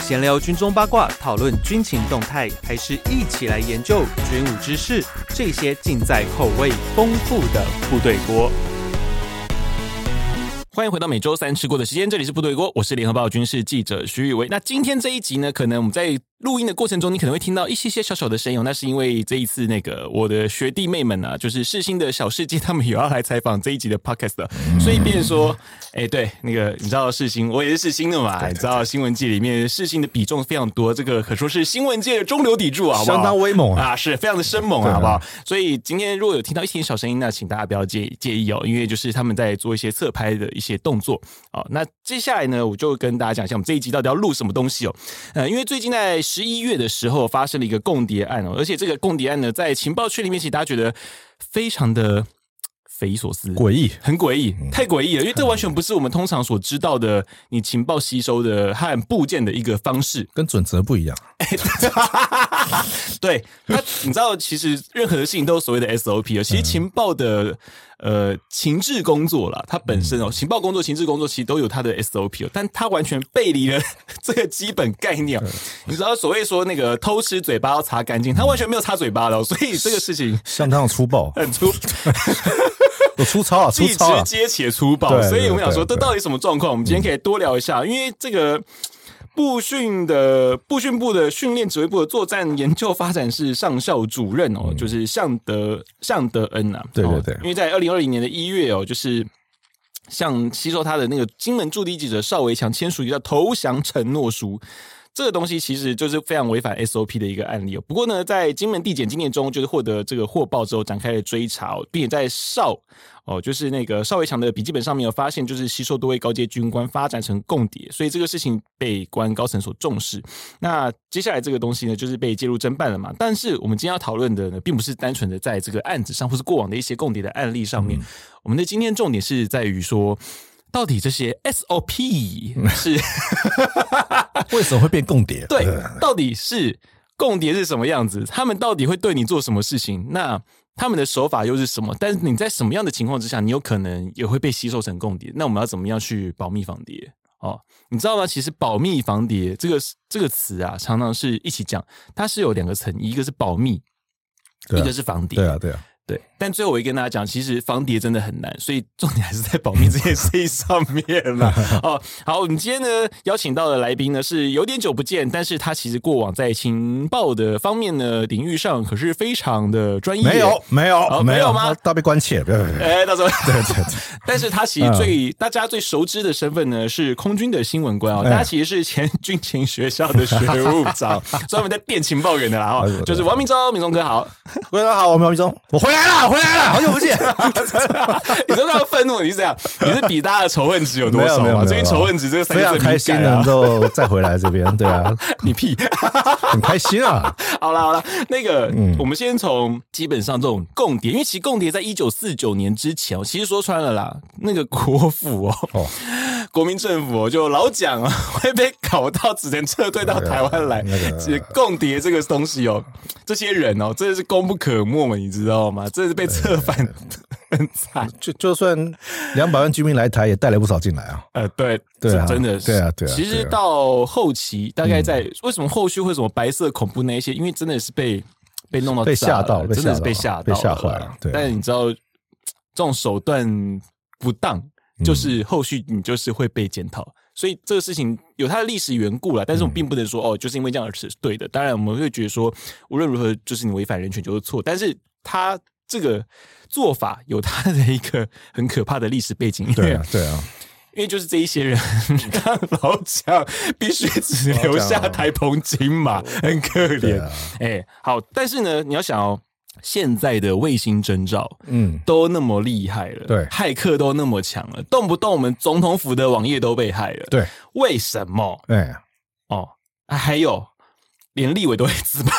闲聊军中八卦，讨论军情动态，还是一起来研究军武知识？这些尽在口味丰富的部队锅。欢迎回到每周三吃锅的时间，这里是部队锅，我是联合报军事记者徐宇威。那今天这一集呢，可能我们在录音的过程中，你可能会听到一些小小的声音，那是因为这一次我的学弟妹们啊，就是世新的小世纪，他们有要来采访这一集的 podcast 的，所以变成说，对，你知道世新，我也是世新的嘛，你知道新闻界里面世新的比重非常多，这个可说是新闻界的中流砥柱啊，好不好？ 相当威猛啊，是非常的生猛啊，好不好？所以今天如果有听到一些小声音，那请大家不要介意哦，因为就是他们在做一些侧拍的一些动作。那接下来呢，我就跟大家讲一下我们这一集到底要录什么东西哦。因为最近在11月的时候发生了一个共谍案哦，而且这个共谍案呢，在情报圈里面，其实大家觉得非常的匪夷所思、 诡异， 很诡异，太诡异了，因为这完全不是我们通常所知道的你情报吸收的和部件的一个方式， 跟准则不一样。 对，你知道，其实任何的事情都有所谓的 SOP 其实情报的情治工作啦，它本身情报工作、情治工作其实都有它的 SOP 但它完全背离了这个基本概念。你知道，所谓说偷吃嘴巴要擦干净，它完全没有擦嘴巴的所以这个事情相当的粗暴， 很粗。 我粗糙啊， 既直接且粗暴，所以我们想说，这到底什么状况？我们今天可以多聊一下，因为这个部训部的训练指挥部的作战研究发展室上校主任就是向德恩啊， 对， 因为在2020年的1月就是向吸收他的金门驻地记者邵维强签署一个投降承诺书。这个东西其实就是非常违反 SOP 的一个案例不过呢，在金门地检今年中就是获得这个获报之后展开了追查并且在就是邵维强的笔记本上面有发现，就是吸收多位高阶军官发展成共谍，所以这个事情被国安高层所重视。那接下来这个东西呢，就是被介入侦办了嘛。但是我们今天要讨论的呢，并不是单纯的在这个案子上，或是过往的一些共谍的案例上面。我们的今天重点是在于说，到底这些 SOP 是为什么会变共谍？ 对，到底是共谍是什么样子？他们到底会对你做什么事情？那他们的手法又是什么？但是你在什么样的情况之下，你有可能也会被吸收成共谍？那我们要怎么样去保密防谍？你知道吗？其实保密防谍这个词啊，常常是一起讲，它是有两个层意，一个是保密，一个是防谍。 对啊。 对，但最后我会跟大家讲，其实防谍真的很难，所以重点还是在保密这件事情上面啦。好，我们今天呢邀请到的来宾呢是有点久不见，但是他其实过往在情报的方面呢领域上可是非常的专业。 没有吗？ 大被关切， 到时候对。 但是他其实大家最熟知的身份呢是空军的新闻官大家其实是前军情学校的学务长，专门在电情报员的啦就是王明忠，明忠哥好。 大家好，我王明忠，我回来了，好久不见。 你知道他的愤怒你是这样，你是比大家的仇恨值有多少吗？最近仇恨值这个3个字非常开心能够再回来这边，对啊， 你屁， 很开心啊。 好啦，我们先从基本上这种共谍，因为其实共谍在1949年之前其实说穿了啦，国府国民政府就老蒋会被搞到只能撤退到台湾来。共谍这个东西这些人真的是功不可没嘛，你知道吗？真的是被策反很惨。 就算200万居民来台，也带了不少进来啊。 对啊，真的是对啊。 其实到后期，大概在为什么后续会什么白色恐怖那一些，因为真的是被弄到被吓到， 真的是被吓坏了。对， 但你知道这种手段不当，就是后续你就是会被检讨。所以这个事情有它的历史缘故啦，但是我们并不能说就是因为这样而是对的。当然我们会觉得说无论如何就是你违反人权就是错，但是他这个做法有他的一个很可怕的历史背景。 对啊， 因为就是这一些人让老蒋必须只留下台澎金马，很可怜。好，但是呢，你要想现在的卫星征兆都那么厉害了， 对， 骇客都那么强了，动不动我们总统府的网页都被害了， 对， 为什么？还有连立委都会自爆。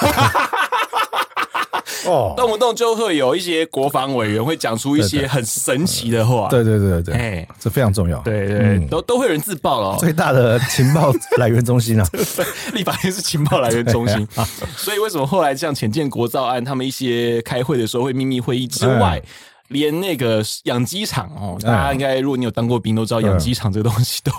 动不动就会有一些国防委员会讲出一些很神奇的话。 对，这非常重要。 对，都会有人自爆了最大的情报来源中心啊， 立法院是情报来源中心。所以为什么后来像潜舰国造案，他们一些开会的时候会秘密会议之外，连养鸡场大家应该如果你有当过兵都知道，养鸡场这个东西都会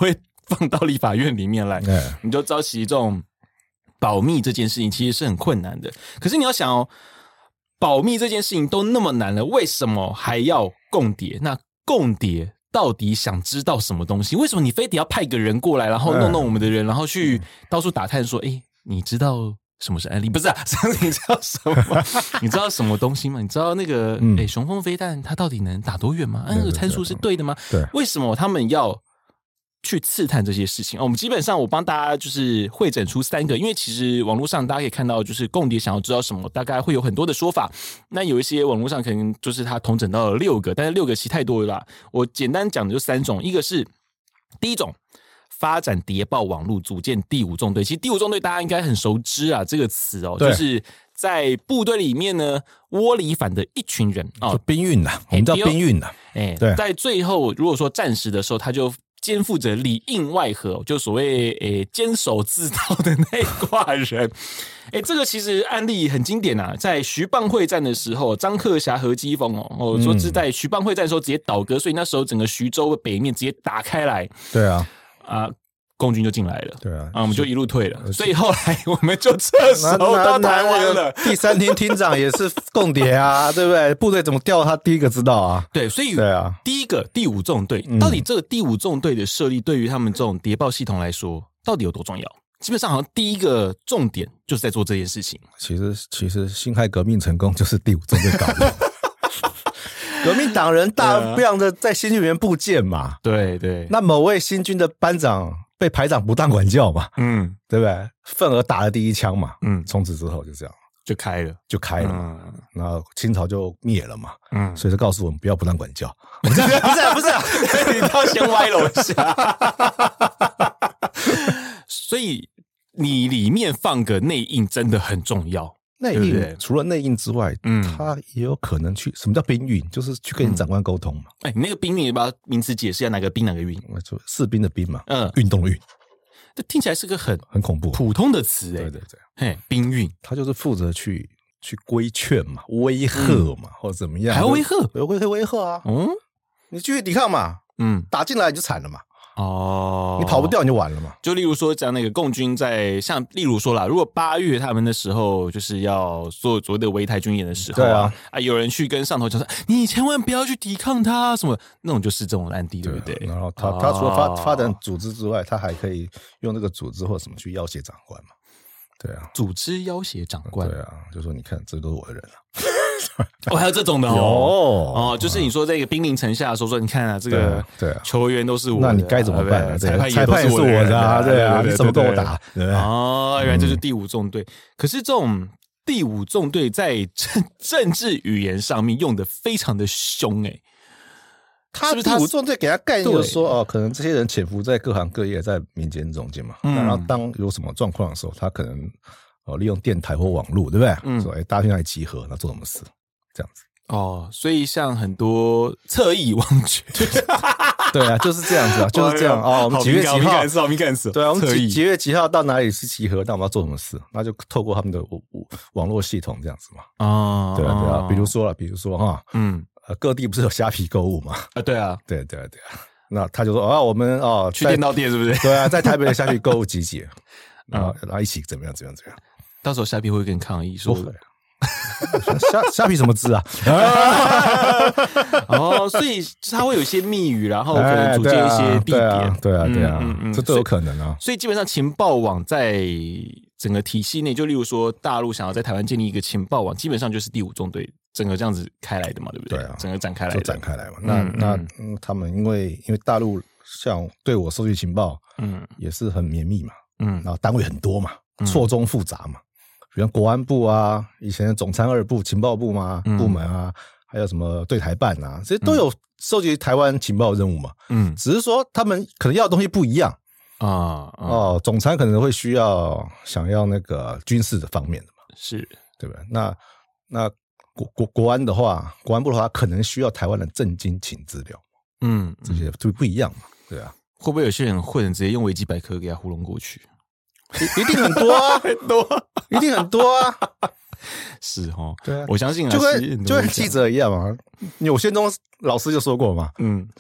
放到立法院里面来，你就知道其实这种保密这件事情其实是很困难的。可是你要想哦，保密这件事情都那么难了，为什么还要共谍？那共谍到底想知道什么东西？为什么你非得要派个人过来，然后弄我们的人，然后去到处打探说，你知道什么是安利？不是啊，你知道什么？你知道什么东西吗？你知道那个雄风飞弹它到底能打多远吗？那个参数是对的吗？ 对， 为什么他们要去刺探这些事情？我们基本上我帮大家就是汇整出3个，因为其实网络上大家可以看到，就是共谍想要知道什么，大概会有很多的说法。那有一些网络上可能就是它统整到了6个，但是6个其实太多了啦。我简单讲的就3种，一个是第一种。发展谍报网络，组建第5纵队。其实第5纵队大家应该很熟知啊，这个词哦，就是在部队里面呢，窝里反的一群人哦，兵运呐，我们叫兵运呐。 对，在最后如果说战时的时候，他就肩负着里应外合，就所谓坚守自盗的那一挂人。这个其实案例很经典啊，在徐蚌会战的时候，张克侠何基凤说是在徐蚌会战的时候直接倒戈，所以那时候整个徐州北面直接打开来。 对啊。 共军就进来了， 对啊， 我们就一路退了，所以后来我们就撤守到台湾了。 第3厅厅长也是共谍啊，对不对？部队怎么调，他第一个知道啊。 对，所以对啊， 第一个第5纵队，到底这个第5纵队的设立，对于他们这种谍报系统来说，到底有多重要？基本上好像第一个重点就是在做这件事情。 其实辛亥革命成功就是第5纵队搞的。革命党人大量的在新军里面布建嘛， 对， 那某位新军的班长被排长不当管教嘛，对不对？愤而打了第1枪嘛，从此之后就这样就开了嘛， 然后清朝就灭了嘛，所以就告诉我们不要不当管教，不是， 你都要先歪了一下，所以你里面放个内应真的很重要。 内应除了内应之外，他也有可能去。什么叫兵运？就是去跟你长官沟通嘛。 你那个兵运，你把名词解释一下，哪个兵哪个运？ 就士兵的兵嘛，运动的运。 这听起来是个很恐怖、 普通的词对，兵运， 他就是负责去规劝嘛、威吓嘛，或者怎么样， 还要威吓？ 威吓啊！你继续抵抗嘛，打进来你就惨了嘛。你跑不掉你就完了嘛。 就例如说讲那个共军在像例如说啦，如果8月他们的时候就是要做所谓的围台军演的时候有人去跟上头讲说你千万不要去抵抗他什么，那种就是这种案例，对不对？ 然后他除了发展组织之外，他还可以用这个组织或什么去要挟长官嘛。对啊， 组织要挟长官。 对啊，就说你看这都是我的人啊。 还有这种的就是你说这个兵临城下的时候说，你看啊，这个球员都是我的， 那你该怎么办？ 裁判也是我的啊，对啊，你怎么跟我打？ 原来这是第5纵队。可是这种第5纵队在政治语言上面用的非常的凶他第5纵队给他概念就是说可能这些人潜伏在各行各业，在民间中间嘛，然后当有什么状况的时候，他可能利用电台或网络，对不对？说大家去那里集合，那做什么事？这样子所以像很多侧翼网军， 对啊，就是这样子啊，就是这样我们几月几号？ 好敏感死。 对啊，我们几月几号到哪里去集合？那我们要做什么事？那就透过他们的网络系统这样子嘛。对啊，比如说各地不是有虾皮购物嘛？ 对啊， 对。那他就说我们去电到店是不是？ 对啊，在台北的虾皮购物集结，然后一起怎么样？ 到时候虾皮会跟你抗议说。 虾皮什么字啊？ 所以它会有一些密语，然后可能组建一些地点， 对啊，这都有可能啊。 所以基本上情报网在整个体系内，就例如说大陆想要在台湾建立一个情报网，基本上就是第5纵队整个这样子开来的嘛，对不对？ 对啊， 整个展开来就展开来嘛。那他们因为大陆像对我收集情报，也是很绵密嘛，然后单位很多嘛，错综复杂嘛。比如国安部啊，以前的总参2部情报部嘛，部门啊，还有什么对台办啊，这些都有收集台湾情报任务嘛。只是说他们可能要的东西不一样总参可能会想要那个军事的方面的嘛， 是对不对？那国安的话，国安部的话，可能需要台湾的政经情资料，这些就不一样嘛，对啊。 会不会有些人混直接用维基百科给他糊弄过去？ 一定很多啊，一定很多啊， 是对啊， 我相信就跟记者一样嘛。有些东老师就说过嘛，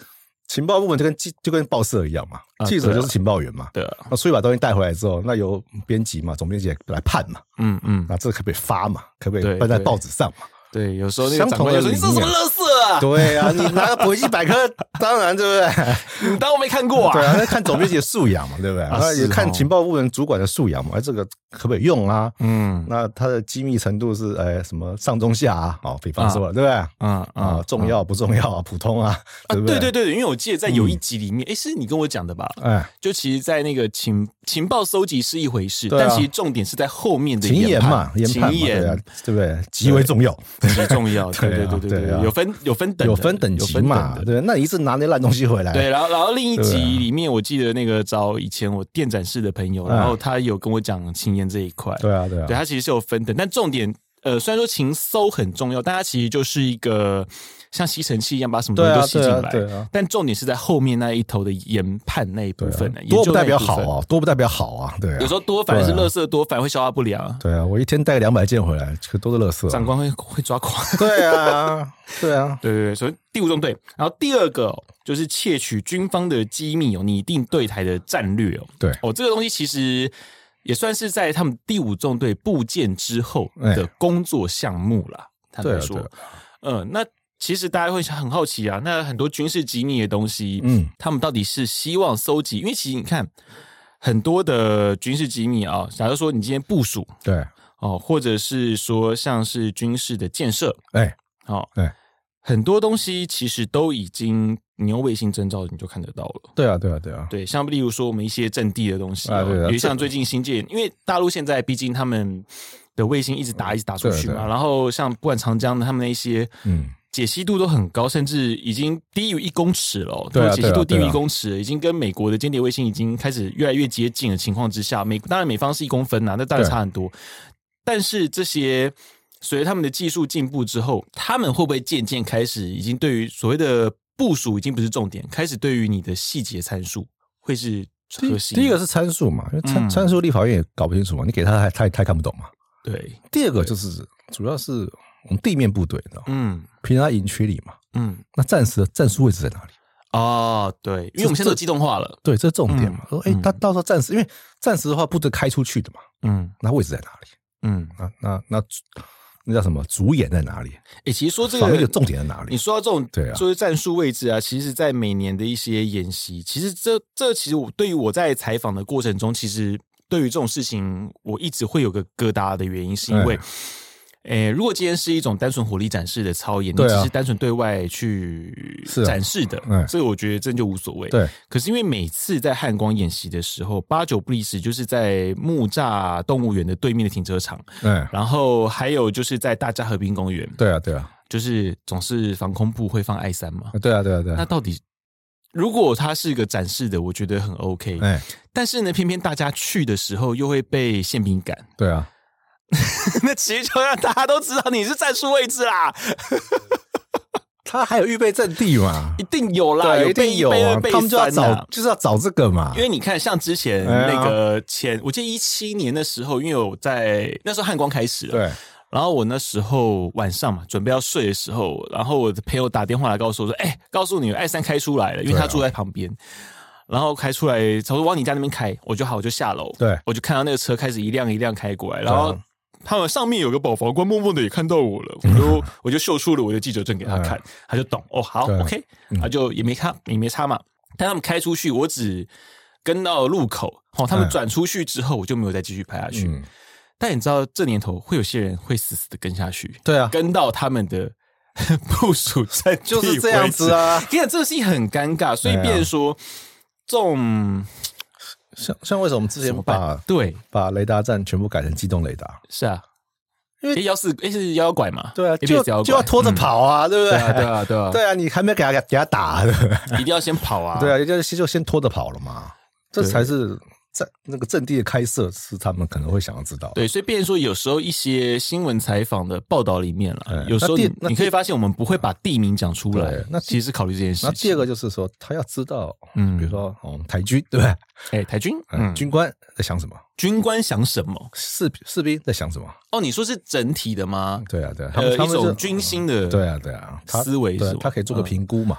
情报部门就跟报社一样嘛，记者就是情报员嘛， 对啊， 那所以把东西带回来之后，那由编辑嘛，总编辑来判嘛，那这可不可以发嘛？可不可以办在报纸上嘛？ 对，有时候那个长官就说：“你这什么垃圾啊？” 对啊，你拿个维基百科，当然对不对？ 你当我没看过啊？ 对啊，那看总编辑的素养嘛，对不对？那也看情报部门主管的素养嘛，这个可不可以用啊？那它的机密程度是什么上中下啊？比方说了，对不对？重要不重要啊？普通啊？对不对？ 对，因为我记得在有一集里面，是你跟我讲的吧？就其实，在那个情报搜集是一回事，但其实重点是在后面的研判嘛，对不对？极为重要。 极重要，对，有分等级嘛，对，那一次拿那烂东西回来， 对，然后另一集里面，我记得那个找以前我电展室的朋友，然后他有跟我讲情研这一块， 对啊， 对他其实是有分等，但重点虽然说情搜很重要，但它其实就是一个像吸尘器一样把什么东西都吸进来，但重点是在后面那一头的研判那一部分呢， 多不代表好啊，多不代表好啊，对， 有时候多反而是垃圾多，反而会消化不良。 对啊，我一天带个200件回来，可都是垃圾， 长官会抓狂。 对啊， 对，所以第5纵队，然后第2个就是窃取军方的机密拟定对台的战略对这个东西其实也算是在他们第5纵队部建之后的工作项目啦。坦白说，那其实大家会很好奇啊，那很多军事机密的东西，他们到底是希望收集？因为其实你看很多的军事机密啊，假如说你今天部署， 对或者是说像是军事的建设， 对， 很多东西其实都已经你用卫星征兆你就看得到了。 对啊， 对，像例如说我们一些阵地的东西，比如像最近新建，因为大陆现在毕竟他们的卫星一直打出去嘛，然后像不管长江的他们那些，解析度都很高，甚至已经低于1公尺了。对，解析度低于1公尺，已经跟美国的间谍卫星已经开始越来越接近的情况之下，当然美方是1公分那当然差很多。但是这些随着他们的技术进步之后，他们会不会渐渐开始已经对于所谓的部署已经不是重点，开始对于你的细节参数会是核心？ 第一个是参数嘛，因为参数立法院也搞不清楚嘛，你给他太看不懂嘛。 对， 第二个就是主要是我们地面部队的，平常在营区里嘛，那战时的战术位置在哪里？ 对，因为我们现在都机动化了， 对，这是重点嘛。说，他到时候战时，因为战时的话，部队开出去的嘛，那位置在哪里？那叫什么？主演在哪里？ 其实说这个防御的重点在哪里？ 你说到这种对啊， 就是战术位置啊，其实在每年的一些演习，其实这其实对于我在采访的过程中，其实对于这种事情，我一直会有个疙瘩的原因，是因为。如果今天是一种单纯火力展示的操演，你只是单纯对外去展示的，这个我觉得真就无所谓。 对， 可是因为每次在汉光演习的时候，8、9不离十，就是在木栅动物园的对面的停车场，然后还有就是在大家河滨公园， 对啊， 就是总是防空部会放I3嘛， 对啊。 那到底如果它是个展示的，我觉得很 OK，但是呢，偏偏大家去的时候又会被宪兵赶， 对啊。 那其实就让大家都知道你是战术位置啦。 他还有预备阵地嘛？ 一定有啦， 一定有啊。他们就是要找这个嘛。 因为你看，像之前那个我记得17年的时候，因为我在那时候汉光开始了， 对。 然后我那时候晚上嘛，准备要睡的时候，然后我的朋友打电话来告诉我说：“告诉你I3开出来了，因为他住在旁边。”然后开出来，他说往你家那边开，我就下楼， 对， 我就看到那个车开始一辆一辆开过来，然后。他们上面有个保防官，默默的也看到我了，我就秀出了我的记者证给他看，他就懂好 ，OK， 他就也没差嘛。但他们开出去，我只跟到路口，他们转出去之后，我就没有再继续拍下去。但你知道，这年头会有些人会死死的跟下去， 对啊， 跟到他们的部署在就是这样子啊。 跟你讲，这个事情很尴尬，所以变成说这种。 像为什么我们之前把雷达站全部改成机动雷达？ 是啊，因为114是111拐嘛， 对啊，就要拖着跑啊，对不对？对啊，你还没给他打， 一定要先跑啊， 对啊，就先拖着跑了嘛，这才是在那个阵地的开设是他们可能会想要知道。 对，所以变成说有时候一些新闻采访的报道里面啦，有时候你可以发现我们不会把地名讲出来，那其实是考虑这件事情。 那第二个就是说他要知道，比如说台军对不对？ 台军， 军官在想什么？ 军官想什么？ 士兵在想什么？ 你说是整体的吗？ 对啊， 他们一种军心的对啊， 思维是吧？ 他可以做个评估嘛。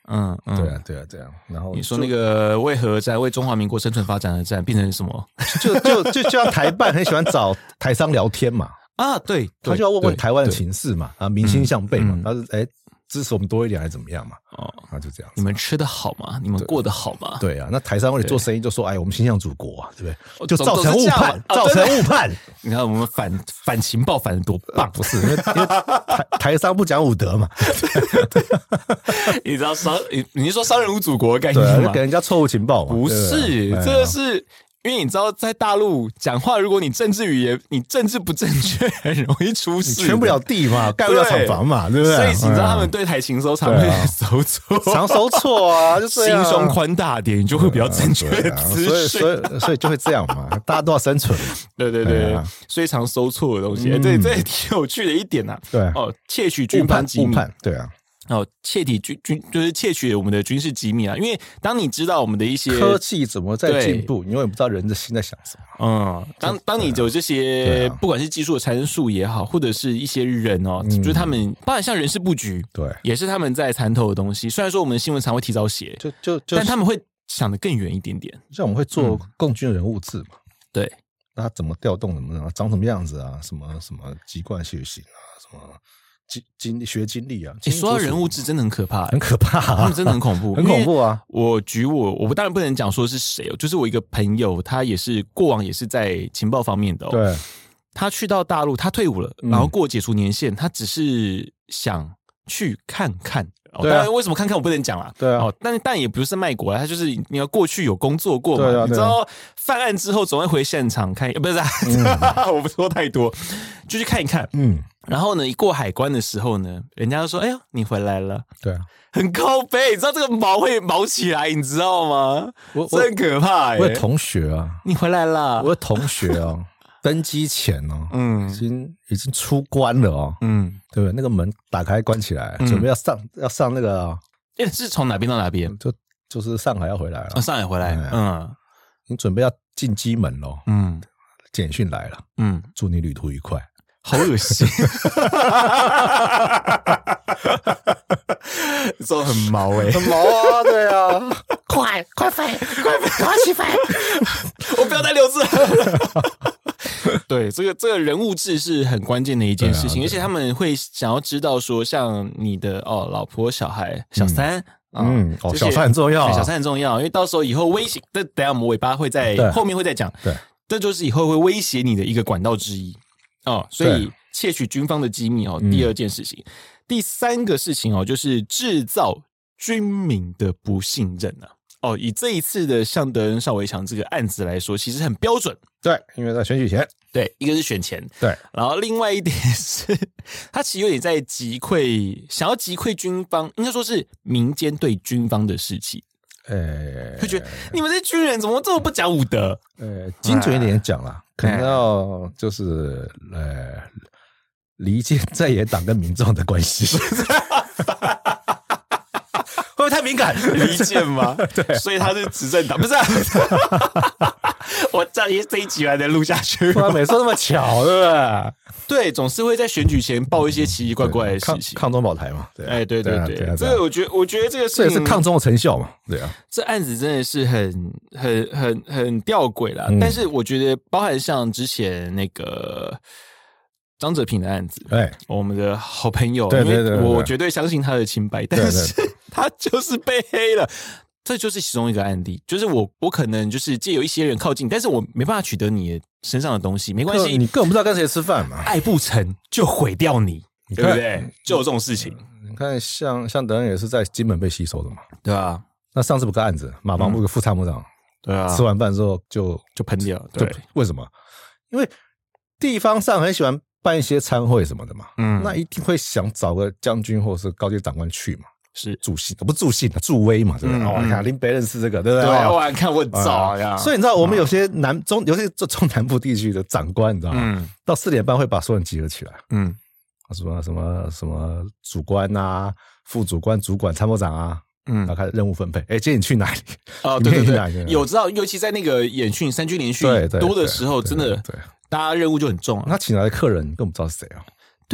对啊。然后你说那个为何战为中华民国生存发展而战变成什么？ 就像台办很喜欢找台商聊天嘛。 啊，对， 他就要问问台湾的情势嘛，啊，民心向背嘛，他是支持我们多一点还是怎么样嘛？哦，那就这样子。 你们吃得好吗？你们过得好吗？ 对啊，那台商为了做生意就说，哎，我们心向祖国啊，对不对？就造成误判，造成误判。 你看我们反情报反得多棒， 不是因为台商不讲武德嘛？ 你知道你是说商人无祖国的概念吗？ 给人家错误情报嘛？ 不是，这个是。因为你知道，在大陆讲话，如果你政治语言你政治不正确，很容易出事。 你圈不了地嘛，盖不了厂房嘛，对不对？ 所以你知道他们对台情搜常会搜错， 常搜错啊，就这样。 心胸宽大点，你就会比较正确的资讯。 所以就会这样嘛，大家都要生存嘛。 对，所以常搜错的东西。对，这也挺有趣的一点呐。 对哦，窃取军方机密， 对啊。 窃取就是窃取我们的军事机密啊！因为当你知道我们的一些科技怎么在进步，你永远不知道人的心在想什么。 当你有这些不管是技术的参数也好，或者是一些人就是他们包含像人事布局， 对， 也是他们在参透的东西。虽然说我们的新闻常会提早写，但他们会想得更远一点点。 像我们会做共军人物志嘛， 对， 那他怎么调动，怎么长什么样子啊？什么籍贯血型啊？什么？学经历啊！ 你说到人物志真的很可怕， 很可怕， 他们真的很恐怖， 很恐怖啊！ 我当然不能讲说是谁哦，就是我一个朋友，他也是过往也是在情报方面的对， 他去到大陆，他退伍了，然后过解除年限，他只是想去看看。当然，为什么看看我不能讲啦？ 对啊， 但也不是卖国啦，他就是你要过去有工作过嘛，你知道犯案之后总会回现场看，不是我不说太多，就去看一看。然后呢，一过海关的时候呢，人家就说：“哎呦，你回来了。” 对啊， 很靠背，你知道这个毛会毛起来，你知道吗？这很可怕。 我有同学啊， 你回来了。 我有同学啊，登机前已经出关了哦，对不对？那个门打开关起来，准备要上那个， 是从哪边到哪边？ 就是上海要回来了， 上海回来， 你准备要进机门咯，简讯来了，祝你旅途愉快。 好恶心，这很毛很毛啊，对啊， 快飞，快起飞，我不要再留字了。对，这个人物志是很关键的一件事情，而且他们会想要知道说，像你的老婆、小孩、小三。 小三很重要， 小三很重要，因为到时候以后威胁，等下我们尾巴会在后面会再讲， 对， 这就是以后会威胁你的一个管道之一。所以窃取军方的机密第二件事情，第三个事情就是制造军民的不信任啊。以这一次的向德恩、邵维强这个案子来说，其实很标准。 对，因为在选举前， 对，一个是选前， 对， 然后另外一点是，他其实有点在想要击溃军方，应该说是民间对军方的士气。会觉得你们这军人怎么这么不讲武德？ 精准一点讲啦，可能要就是离间在野党跟民众的关系，会不会太敏感？ 离间吗？ 对， 所以他是执政党，不是？我这一集还能录下去吗？ 每次那么巧，对不对？ 对，总是会在选举前报一些奇奇怪怪的事情， 抗中保台嘛。对， 对，这个我觉得这个事情也是抗中的成效嘛。对啊， 这案子真的是很吊诡啦。但是我觉得，包含像之前那个张哲平的案子，我们的好朋友， 对， 我绝对相信他的清白，但是他就是被黑了。这就是其中一个案例，就是我可能就是借由一些人靠近，但是我没办法取得你身上的东西，没关系， 你根本不知道跟谁吃饭嘛， 爱不成就毁掉你，对不对？就有这种事情。 你看，像德恩也是在金门被吸收的嘛， 对啊。 那上次不个案子，马防部的副参谋长， 对啊， 吃完饭之后就喷掉，对， 为什么？因为地方上很喜欢办一些参会什么的嘛，那一定会想找个将军或是高阶长官去嘛。 是助兴，不助兴，助威嘛，对不对？你看林北认识这个，对不对？ 对，我看我早呀。 所以你知道，我们有些尤其中南部地区的长官，你知道吗？到4点半会把所有人集合起来，什么主官啊、副主官、主管、参谋长啊，然后开始任务分配。今天你去哪里？ 对，有知道，尤其在那个演训3军连续多的时候，真的，大家任务就很重啊。 他请来的客人，你根本不知道是谁啊。 对啊，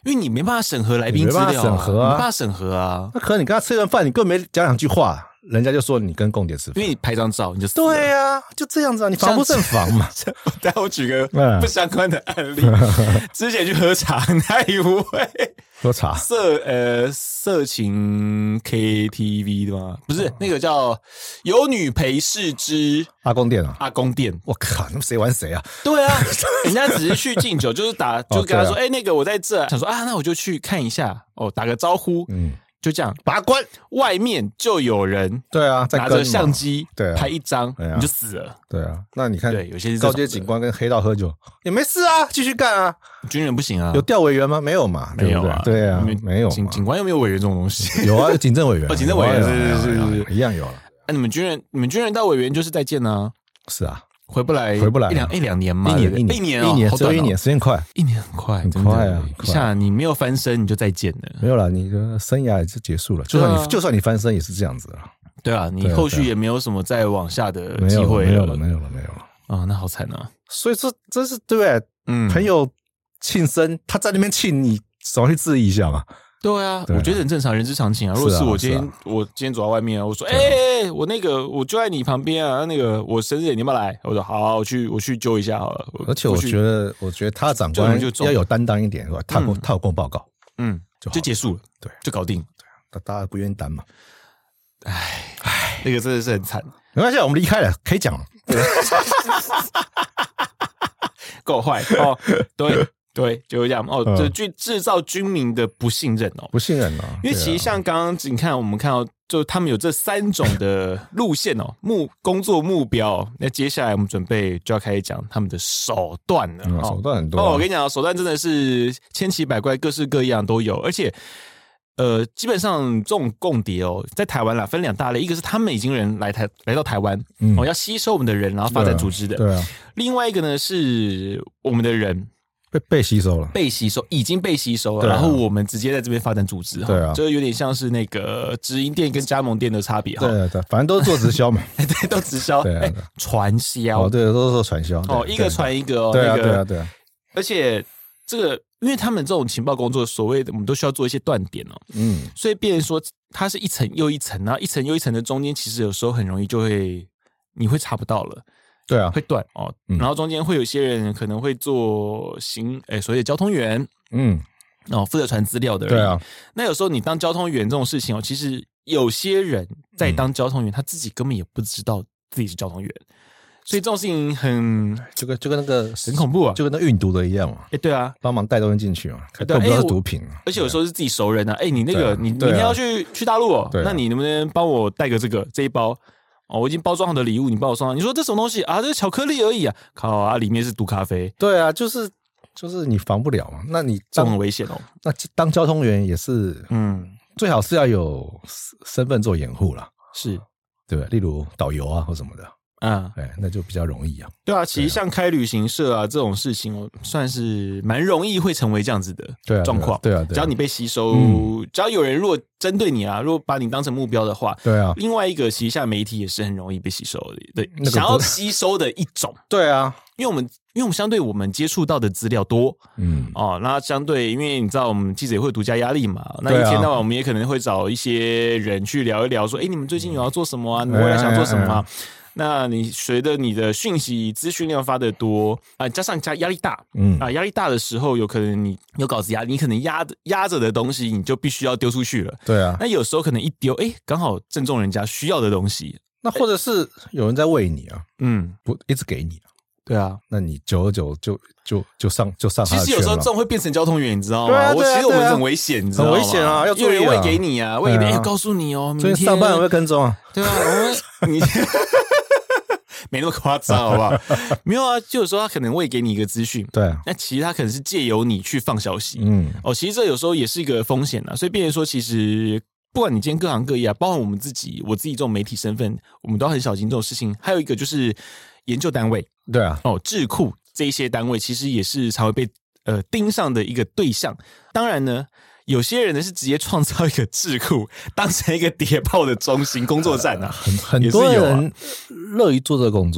因为你没办法审核来宾资料、啊， 没办法审核啊， 没办法审核啊。 那可能你跟他吃顿饭，你根本没讲2句话，人家就说你跟共谍吃饭， 因为你拍张照你就死了。 对啊，就这样子啊，你防不胜防嘛。 待会我举个不相关的案例，之前去喝茶，那一位喝茶色情 KTV 的吗？不是，那个叫有女陪侍之阿公店啊， 阿公店。 我靠，那谁玩谁啊？ 对啊，人家只是去敬酒，就是就是跟他说，哎、那个我在这，想说啊，那我就去看一下，打个招呼，就这样把他关， 外面就有人对啊， 拿着相机对拍一张，你就死了。 对啊，那你看， 对，有些是高阶警官跟黑道喝酒也没事啊，继续干啊。 军人不行啊， 有调委员吗？没有嘛， 没有啊， 对啊，没有。 警官又没有委员这种东西， 有啊，有警政委员， 警政委员是一样有了。 你们军人到委员就是再见啊， 是啊。 回不来两年嘛， 一年，只有1年，时间快 ，1年很快， 很快啊！ 一下你没有翻身，你就再见了， 没有啦，你的生涯也就结束了。就算你翻身也是这样子了。 对啊，你后续也没有什么再往下的机会了，没有了啊！那好惨啊！ 所以这是对不对？朋友庆生，他在那边庆，你总要去质疑一下嘛。 对啊，我觉得很正常，人之常情啊。如果是我今天走到外面啊，我说，我那个我就在你旁边啊，那个我生日你要不要来？我说好，我去揪一下好了。 而且我觉得他长官要有担当一点，是吧？他有跟我报告， 就结束了，对，就搞定。 大家不愿意担嘛。 唉，那个真的是很惨。 没关系，我们离开了，可以讲了。 够坏哦，对，就是这样哦。这制造军民的不信任哦， 不信任哦。 因为其实像刚刚你看，我们看到就他们有这3种的路线哦，工作目标。那接下来我们准备就要开始讲他们的手段了。 手段很多哦。我跟你讲，手段真的是千奇百怪，各式各样都有，而且。基本上这种共谍哦，在台湾啦分2大类，一个是他们已经人来到台湾，要吸收我们的人，然后发展组织的。 对啊。 另外一个呢是我们的人被吸收了， 已经被吸收了，然后我们直接在这边发展组织。 对啊， 就有点像是那个直营店跟加盟店的差别哈。 对，反正都是做直销嘛。 对，都直销。对，传销。 哦，对，都是做传销。 一个传一个哦。 对啊。 而且这个。因为他们这种情报工作，所谓的我们都需要做一些断点哦，所以变成说它是一层又一层，然后一层又一层的中间，其实有时候很容易你会查不到了， 对啊， 会断哦，然后中间会有些人可能会做所谓的交通员，负责传资料的人， 对啊，那有时候你当交通员这种事情哦，其实有些人在当交通员，他自己根本也不知道自己是交通员。所以这种事情就跟那个很恐怖啊， 就跟那运毒的一样嘛。 对啊， 帮忙带东西进去嘛，都不知道是毒品。 而且有时候是自己熟人啊，你那个你明天要去大陆哦，那你能不能帮我带个这一包哦？我已经包装好的礼物，你帮我送上。你说这什么东西啊？这是巧克力而已啊！靠啊，里面是毒咖啡。 对啊，就是你防不了嘛。那你这很危险哦。 那当交通员也是，最好是要有身份做掩护啦， 是对吧？例如导游啊或什么的。那就比较容易啊。 对啊，其实像开旅行社啊这种事情哦，算是蛮容易会成为这样子的状况。 对啊， 只要你被吸收，只要有人如果针对你啊，如果把你当成目标的话， 对啊。 另外一个，其实像媒体也是很容易被吸收的，对，想要吸收的一种。 对啊， 因为我们相对我们接触到的资料多，那相对，因为你知道我们记者也会有独家压力嘛，那一天到晚我们也可能会找一些人去聊一聊，说，你们最近有要做什么啊？你们未来想做什么啊？那你随着你的讯息资讯量发的多加上压力大，压力大的时候，有可能你有稿子压，你可能压着的东西，你就必须要丢出去了。 对啊， 那有时候可能一丢，刚好正中人家需要的东西。 那或者是有人在喂你啊，不一直给你啊。 对啊， 那你久而久就上他的圈了。 其实有时候这种会变成交通员，你知道吗？其实我们很危险，你知道吗？ 很危险啊，要注意啊。 有人喂给你啊，喂给你，告诉你哦，明天上班我会跟踪啊。 对啊，你没那么夸张，好不好？没有啊，就有时候他可能会给你一个资讯， 对， 那其实他可能是借由你去放消息，其实这有时候也是一个风险啊。所以变成说，其实不管你今天各行各业啊，包括我自己这种媒体身份，我们都很小心这种事情。还有一个就是研究单位， 对啊， 智库这一些单位，其实也是常会被盯上的一个对象。当然呢。有些人呢是直接创造一个智库，当成一个谍报的中心工作站啊， 很多人乐于做这个工作。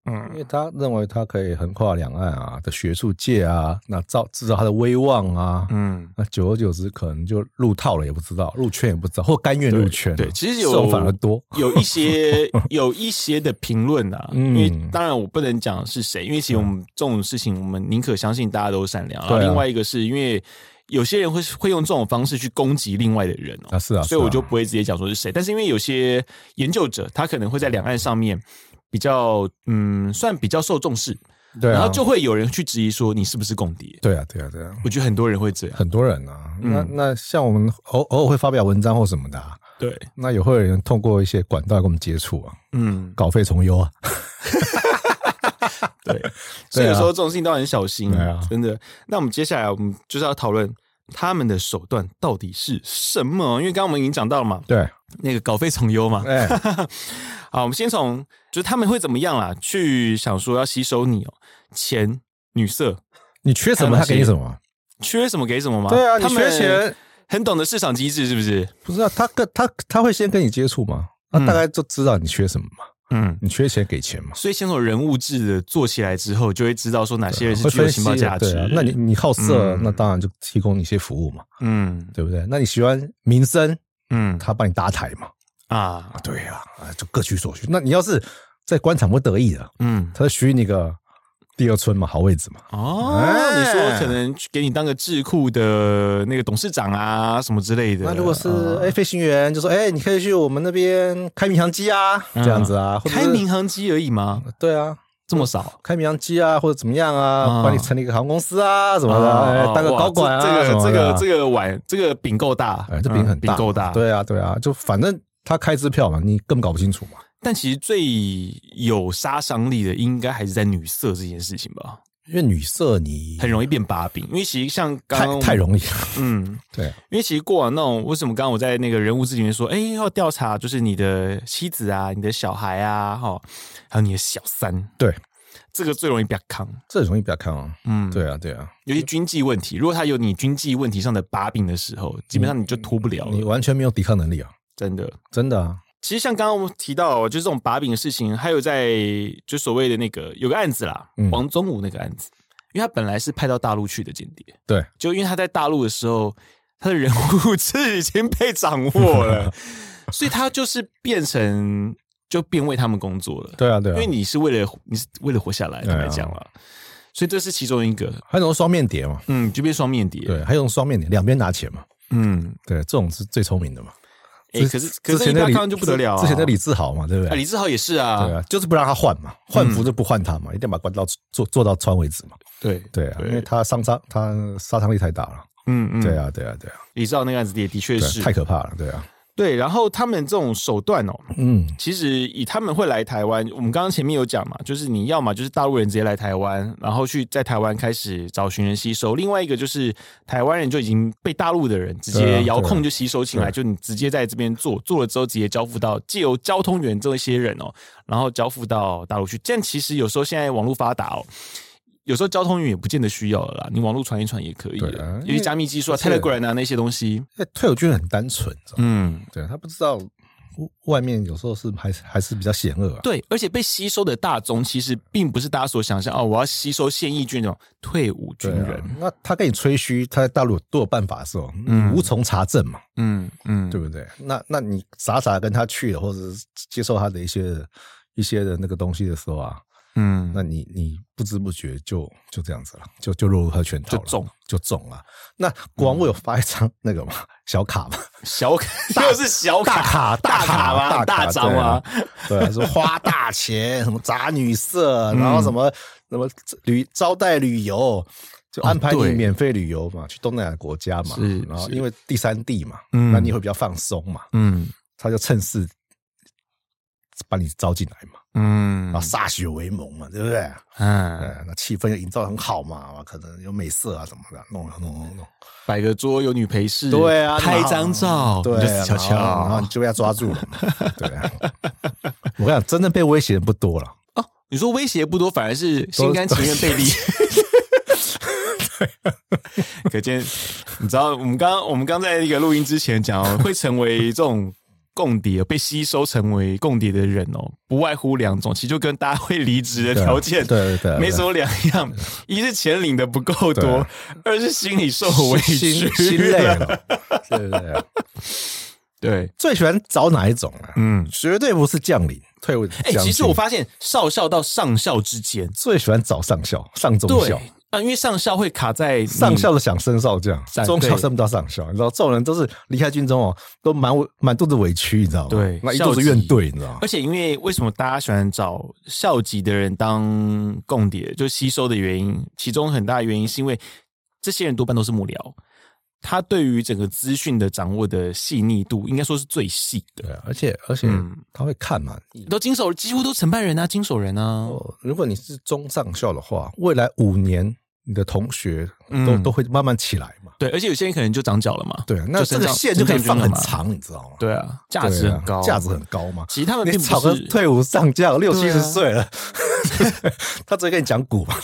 因为他认为他可以横跨两岸啊的学术界啊，那制造他的威望啊，那久而久之可能就入套了也不知道，入圈也不知道，或甘愿入圈。 对，其实这种反而多， 有一些的评论啊，因为当然我不能讲是谁，因为其实我们这种事情，我们宁可相信大家都善良。然后另外一个是因为有些人会用这种方式去攻击另外的人哦， 是啊， 所以我就不会直接讲说是谁。但是因为有些研究者，他可能会在两岸上面比较算比较受重视， 对啊， 然后就会有人去质疑说你是不是共谍？ 对啊， 我觉得很多人会这样， 很多人啊，那像我们偶尔会发表文章或什么的啊， 对， 那也会有人通过一些管道跟我们接触啊，稿费从优啊。 对，所以有时候这种事情都很小心，真的。那我们接下来我们就是要讨论他们的手段到底是什么？因为刚刚我们已经讲到了嘛， 对， 那个稿费从优嘛。好，我们先从就是他们会怎么样啦，去想说要吸收你钱、女色， 你缺什么他给你什么， 缺什么给什么吗？ 对啊，你缺钱， 很懂得市场机制是不是？ 不是啊，他会先跟你接触嘛，他大概就知道你缺什么嘛。你缺钱给钱嘛？ 所以先从人物志的做起来之后，就会知道说哪些人是具有情报价值。 对啊，那你好色，那当然就提供你一些服务嘛。对不对？那你喜欢民生，他帮你搭台嘛。对啊，就各取所需。那你要是在官场不得意的，他就许你个第二春嘛，好位置嘛。 你说可能给你当个智库的那个董事长啊，什么之类的。 那如果是飞行员，就说你可以去我们那边开民航机啊，这样子啊。 开民航机而已吗？ 对啊， 这么少？ 开民航机啊，或者怎么样啊？帮你成立一个航空公司啊，什么的，当个高管啊。 这个饼够大， 这饼很大， 饼够大。 对啊，就反正他开支票嘛，你根本搞不清楚嘛。 但其实最有杀伤力的，应该还是在女色这件事情吧。 因为女色你很容易变把柄，因为其实像刚刚太容易了。对， 因为其实过往那种为什么刚刚我在那个人物志里面说，要调查就是你的妻子啊、你的小孩啊，还有你的小三， 对， 这个最容易被扛， 这很容易被扛啊。对啊， 尤其军纪问题，如果他有你军纪问题上的把柄的时候，基本上你就脱不了了， 你完全没有抵抗能力啊， 真的啊。 其实像刚刚我们提到，就是这种把柄的事情，还有在就所谓的那个有个案子啦，王宗武那个案子，因为他本来是派到大陆去的间谍， 对， 就因为他在大陆的时候，他的人物志已经被掌握了，所以他就是变为他们工作了。 对啊， 因为你是为了活下来，坦白讲了，所以这是其中一个。 还有种双面谍嘛， 就变双面谍， 对，还有种双面谍，两边拿钱嘛，对，这种是最聪明的嘛。 可是一康就不得了啊！ 之前的李志豪嘛，对不对？ 李志豪也是啊， 对啊，就是不让他换嘛，换服就不换他嘛，一定要把关到做到穿为止嘛。对啊，因为他杀伤力太大了。对啊。 李志豪那个案子也的确是太可怕了，对啊。 对，然后他们这种手段其实以他们会来台湾，我们刚刚前面有讲嘛，就是你要嘛就是大陆人直接来台湾，然后去在台湾开始找寻人吸收；另外一个就是台湾人就已经被大陆的人直接遥控就吸收进来，就你直接在这边做了之后，直接交付到藉由交通员这些人然后交付到大陆去。这样其实有时候现在网络发达有时候交通员也不见得需要了啦，你网络传一传也可以了。尤其加密技术Telegram 啊那些东西， 退伍军很单纯，对，他不知道外面有时候是还是比较险恶啊。 对，而且被吸收的大宗其实并不是大家所想象我要吸收现役军那种退伍军人。 那他跟你吹嘘他在大陆都有办法的时候，无从查证嘛，对不对？那你傻傻跟他去了，或者是接受他的一些的那个东西的时候啊。那你不知不觉就这样子了，就落入他圈套了，就中了。那国防部有发一张那个嘛小卡嘛， 小卡又是小卡大卡吗？大张吗？ 对，说花大钱，什么砸女色，然后什么招待旅游，就安排你免费旅游嘛，去东南亚国家嘛。然后因为第三地嘛，那你会比较放松嘛。他就趁势把你招进来嘛。然后歃血为盟嘛，对不对？那气氛营造很好嘛，可能有美色啊什么的，弄， 摆个桌有女陪侍， 对啊， 拍张照， 对， 就死翘， 然后你就被他抓住了嘛，对啊。我跟你讲，真正被威胁的不多了。 你说威胁不多，反而是心甘情愿被利。可见，你知道我们刚在一个录音之前讲会成为这种共谍被吸收成为共谍的人哦，不外乎2种，其实就跟大家会离职的条件对没什么两样。一是钱领的不够多，二是心里受委屈， 心累了，对对对。 最喜欢找哪一种啊？绝对不是将领退伍。 其实我发现少校到上校之间最喜欢找上校、上中校。 因为上校会卡在上校的想升少将，中校升不到上校，你知道，这种人都是离开军中哦，都满肚子委屈，你知道吗？ 对， 那一肚子怨怼，你知道吗？ 而且因为为什么大家喜欢找校级的人当共谍，就吸收的原因，其中很大的原因是因为这些人多半都是幕僚，他对于整个资讯的掌握的细腻度，应该说是最细的。 对啊，而且他会看嘛， 都经手，几乎都承办人啊，经手人啊。 如果你是中上校的话，未来5年。你的同学都会慢慢起来嘛？ 对，而且有些人可能就长脚了嘛。 对，那这个线就可以放很长，你知道吗？ 对啊，价值很高， 价值很高嘛。 其实他们并不是找个退伍上将60-70岁了，他只会跟你讲古嘛，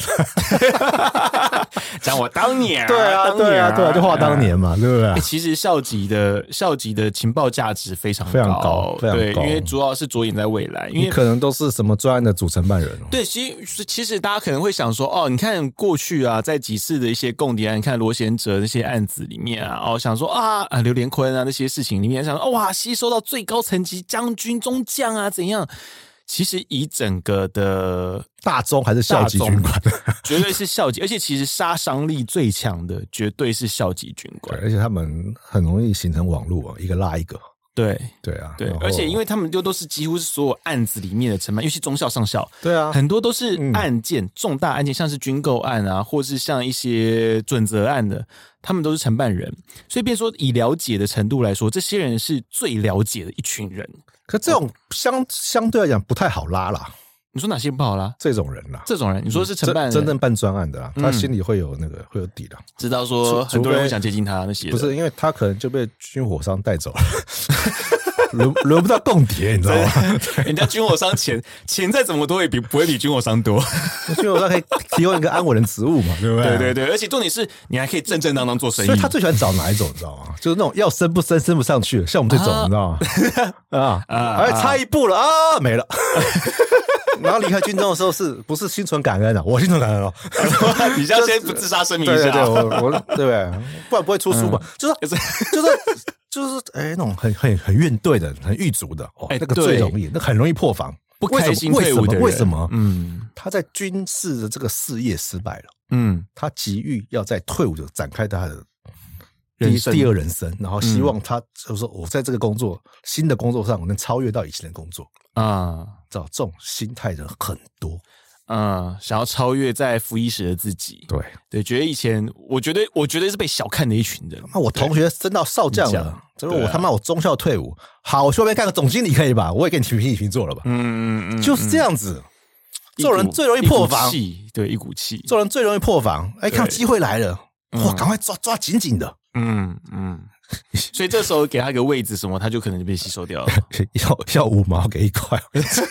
讲我当年。 对啊，就话当年嘛，对不对？ 其实校级的情报价值非常高， 对，因为主要是着眼在未来，因为可能都是什么专案的主承办人。 对，其实大家可能会想说，你看过去啊，在几次的一些共谍案，你看罗贤哲那些案子里面啊，想说刘连坤啊那些事情里面，想说哇，吸收到最高层级将军、中将啊怎样？其实以整个的大中还是校级军官， 绝对是校级，而且其实杀伤力最强的绝对是校级军官， 而且他们很容易形成网络，一个拉一个。 对啊， 对，而且因为他们都是几乎是所有案子里面的承办，尤其中校、上校， 对啊， 很多都是案件、重大案件，像是军购案啊，或是像一些准则案的，他们都是承办人，所以变说以了解的程度来说，这些人是最了解的一群人。 可这种相对来讲不太好拉啦。 你说哪些不好啦？ 这种人啦， 这种人，你说是承办人真正办专案的啦，他心里会有底的， 知道说很多人会想接近他那些， 不是因为他可能就被军火商带走了。轮不到共谍，你知道吗？ 人家军火商钱再怎么多也不会比军火商多。 军火商可以提供一个安稳的职务嘛，对不对？ 对，而且重点是你还可以正当做生意。 所以他最喜欢找哪一种，你知道吗？就是那种要升不上去，像我们这种，你知道吗？差一步了啊，没了。然后离开军中的时候，不是心存感恩啊？我心存感恩哦。 你先不自杀声明一下， 对，我对不对？不然不会出书嘛。就是那种很怨怼的，很狱卒的，那个最容易，那很容易破防。 不开心退伍的人， 为什么？他在军事的这个事业失败了，他急于要在退伍就展开他的第二人生，然后希望他就是说我在这个新的工作上，我能超越到以前的工作啊。这种心态的很多。 想要超越在服役时的自己，对，觉得以前我觉得是被小看的一群人。 那我同学升到少将了，就是我中校退伍，好，我去外面干个总经理可以吧？我也跟你平起平坐了吧？就是这样子。做人最容易破防， 对，一股气。 做人最容易破防，看机会来了，哇，赶快抓紧紧的。 所以这时候给他一个位置什么，他就可能就被吸收掉了。 要5毛给1块。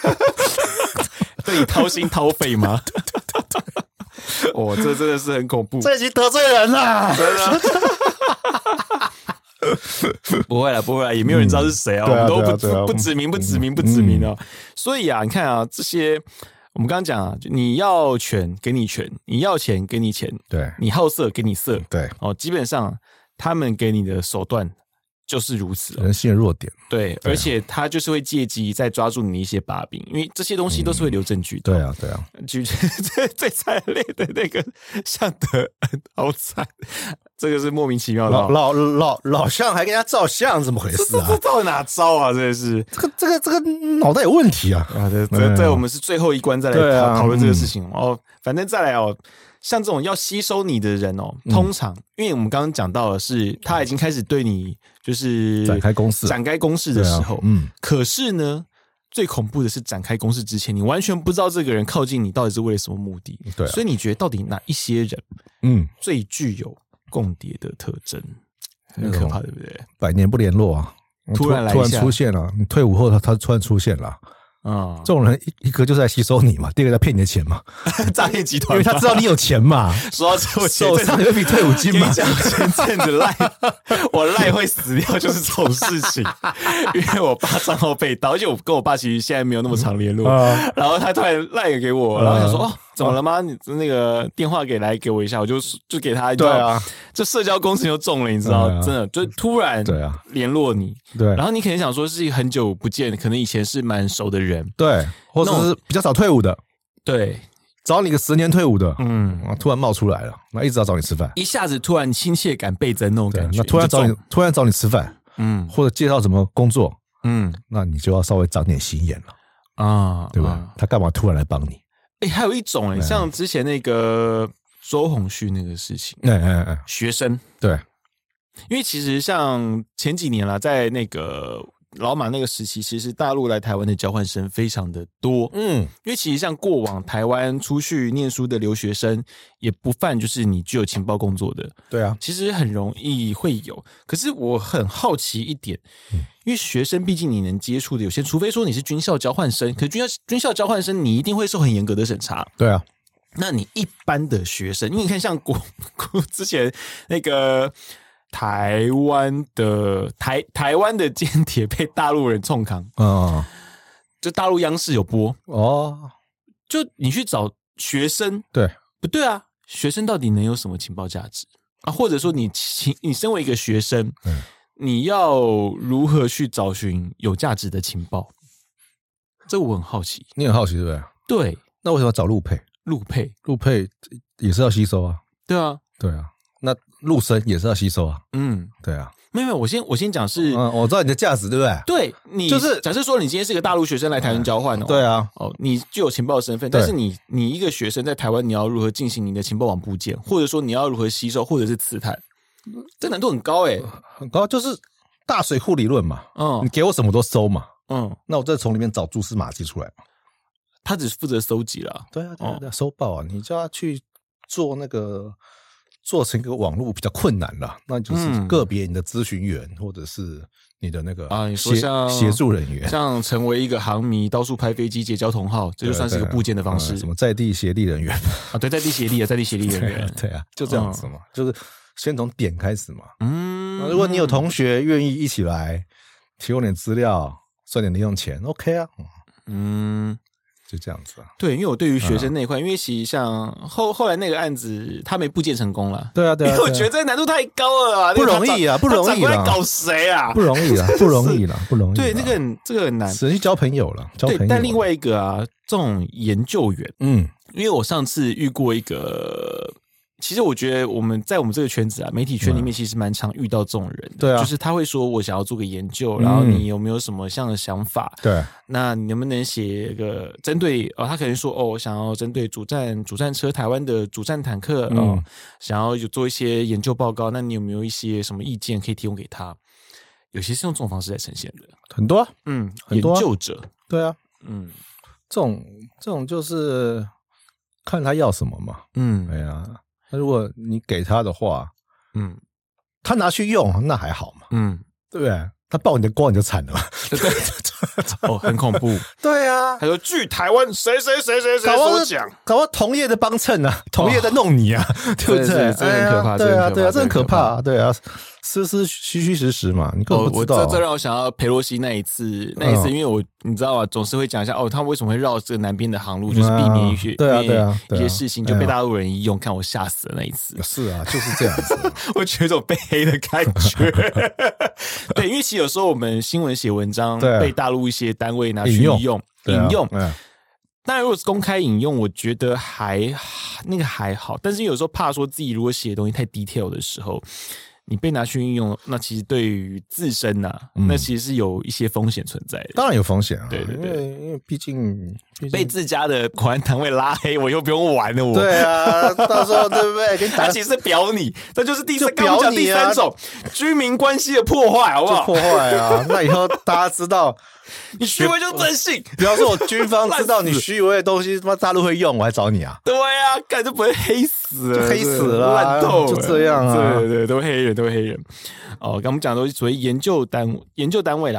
对你掏心掏肺吗？这真的是很恐怖， 这已经得罪人了，真的。 不会啦，也没有人知道是谁啊，我们都不指名哦。所以啊，你看啊，这些我们刚刚讲啊，你要权给你权，你要钱给你钱， 对， 你好色给你色， 对， 基本上他们给你的手段就是如此， 人性的弱点。 对，而且他就是会借机再抓住你的一些把柄，因为这些东西都是会留证据的。 对啊。 举最惨烈的那个向德恩，好惨，这个是莫名其妙的。 老向还跟人家照相，怎么回事啊？ 这到底哪招啊？真的是这个脑袋有问题啊！ 这我们是最后一关再来讨论这个事情反正再来像这种要吸收你的人通常因为我们刚刚讲到的是他已经开始对你就是展开攻势的时候，可是呢，最恐怖的是展开攻势之前，你完全不知道这个人靠近你到底是为了什么目的。 对， 所以你觉得到底哪一些人，最具有共谍的特征？很可怕，对不对？ 100年不联络啊，突然出现了。你退伍后他突然出现了。 这种人一个就是在吸收你嘛，第二个在骗你的钱嘛， 诈骗集团， 因为他知道你有钱嘛。 说到这，我手上有一笔退伍金嘛。 前阵子我赖会死掉，就是这种事情。因为我爸账号被盗，而且我跟我爸其实现在没有那么常联络。然后他突然赖给我，然后想说怎么了吗？你那个电话给我一下，我就给他一段。对啊，这社交工程又中了，你知道，真的就突然联络你。对，然后你可能想说是很久不见，可能以前是蛮熟的人， 对，或者是比较早退伍的， 对， 找你个10年退伍的，突然冒出来了，那一直要找你吃饭， 一下子突然亲切感倍增那种感觉， 那突然找你吃饭，或者介绍什么工作，那你就要稍微长点心眼了啊，对吧？他干嘛突然来帮你？ 还有一种像之前那个周鸿旭那个事情，学生对。 因为其实像前几年啦，在那个老马那个时期，其实大陆来台湾的交换生非常的多。因为其实像过往台湾出去念书的留学生，也不犯就是你具有情报工作的。 对啊， 其实很容易会有。可是我很好奇一点，因为学生毕竟你能接触的有些，除非说你是军校交换生，可是军校交换生你一定会受很严格的审查。 对啊， 那你一般的学生，因为你看像之前那个。台湾的间谍被大陆人冲扛，就大陆央视有播就你去找学生， 对不对啊？学生到底能有什么情报价值啊？或者说你身为一个学生，你要如何去找寻有价值的情报？这我很好奇。 你很好奇对不对？ 对， 那为什么要找陆配？ 陆配也是要吸收啊。 对啊， 对啊。那陆生也是要吸收啊，对啊， 没有，我先讲是， 我知道你的价值，对不对？ 对，你就是假设说你今天是个大陆学生来台湾交换对啊， 你具有情报的身份，但是你一个学生在台湾，你要如何进行你的情报网部件，或者说你要如何吸收，或者是刺探，这难度很高很高，就是大水库理论嘛，你给我什么都收嘛，那我再从里面找蛛丝马迹出来嘛， 他只负责收集啦， 对啊，收报啊，你就要去做那个。做成一个网络比较困难了，那就是个别你的咨询员或者是你的那个你说像协助人员， 像成为一个航迷，到处拍飞机接交通号，这就算是一个部件的方式。 什么在地协力人员对，在地协力人员， 对啊，就这样子嘛，就是先从点开始嘛。如果你有同学愿意一起来提供点资料，赚点零用钱 ，OK 啊。就这样子啊， 对，因为我对于学生那一块，因为其实像后来那个案子，他没部件成功了。 对啊，因为我觉得这个难度太高了啊， 不容易啊，不容易啊，搞谁啊？ 不容易啊，不容易了，不容易。 对，这个很难， 只能去交朋友了，交朋友。 但另外一个啊，这种研究员，因为我上次遇过一个。其实我觉得我们在我们这个圈子啊，媒体圈里面其实蛮常遇到这种人， 对啊， 就是他会说我想要做个研究，然后你有没有什么样的想法？ 对， 那你能不能写个针对他可能说我想要针对主战车台湾的主战坦克想要做一些研究报告，那你有没有一些什么意见可以提供给他？有些是用这种方式来呈现的， 很多， 很多研究者， 对啊，这种就是看他要什么嘛，哎呀。那如果你给他的话，他拿去用那还好嘛，对不对？他爆你的光你就惨了嘛， 对，很恐怖。 对啊， 他说据台湾谁所讲， 搞到同业的帮衬啊，同业在弄你啊，对不对？ 这很可怕， 对啊，这很可怕，对啊。虚实嘛，你根本不知道。 这让我想到裴洛西那一次，因为你知道吗？总是会讲一下他为什么会绕这个南边的航路，就是避免一些一些事情，就被大陆人一用，看我吓死了那一次。 是啊，就是这样子。 我觉得有种被黑的感觉。对，因为其实有时候我们新闻写文章被大陆一些单位拿去引用。当然，如果是公开引用，我觉得还好。但是有时候怕说自己如果写的东西太 detail 的时候。你被拿去运用，那其实对于自身那其实是有一些风险存在的。 当然有风险啊， 对， 因为毕竟被自家的国安单位拉黑，我又不用玩了。 对啊，到时候对不对？他其实表你，这就是第三种居民关系的破坏，好不好？ 破坏啊！那以后大家知道。 你虚伪就真信， 比方说我军方知道你虚伪的东西，他妈大陆会用，我还找你啊？ 对啊，感觉不会黑死了， 就黑死了， 烂透了， 就这样啊！ 对，都黑人。刚我们讲的都是属于研究单位啦。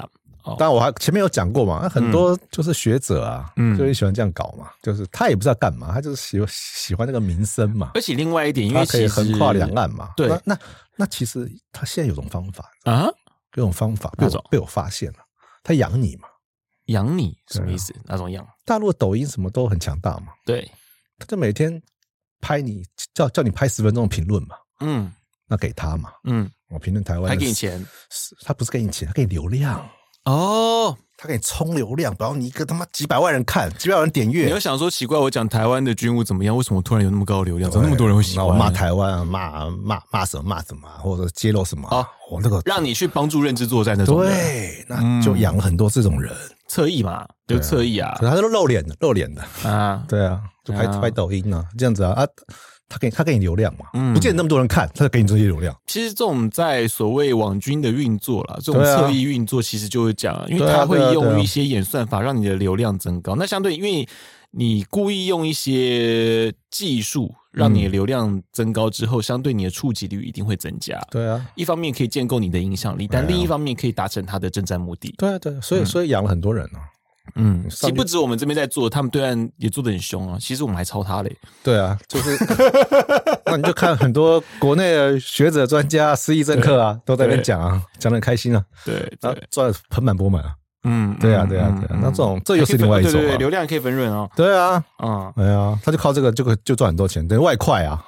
当然我还前面有讲过嘛，很多就是学者啊，就很喜欢这样搞嘛，就是他也不知道干嘛，他就是喜欢那个名声嘛。 而且另外一点，因为他可以横跨两岸嘛。 对， 那其实他现在有种方法啊， 有种方法被我发现了，他养你嘛。 养你什么意思？哪种养？ 大陆的抖音什么都很强大嘛。 对， 他就每天拍你叫你拍10分钟的评论嘛。那给他嘛。我评论台湾， 还给你钱？ 他不是给你钱，他给你流量。 哦， 他给你冲流量，然后你一个他妈几百万人看，几百万人点阅。 你要想说奇怪，我讲台湾的军务怎么样？为什么突然有那么高的流量？怎么那么多人会喜欢？ 我骂台湾啊，骂什么，或者揭露什么啊？我那个让你去帮助认知作战那种。 对，那就养了很多这种人。 侧翼嘛，就侧翼啊。 他都露脸的啊， 对啊，就拍抖音啊，这样子啊。他给你流量嘛，不见得那么多人看，他就给你这些流量。 其实这种在所谓网军的运作啦，这种侧翼运作，其实就会讲，因为他会用一些演算法让你的流量增高。那相对，因为你故意用一些技术让你的流量增高之后，相对你的触及率一定会增加。 对啊， 一方面可以建构你的影响力，但另一方面可以达成他的政战目的。 对啊，所以养了很多人啊。 其实不止我们这边在做，他们对岸也做得很凶啊。其实我们还抄他嘞。 对啊，就是那你就看很多国内的学者、专家、失忆政客啊，都在那边讲啊，讲得很开心啊。 对， 赚得盆满钵满啊。对啊。那这又是另外一种啊。 对，流量可以分润哦。 对啊，对啊，他就靠这个就赚很多钱，等于外快啊。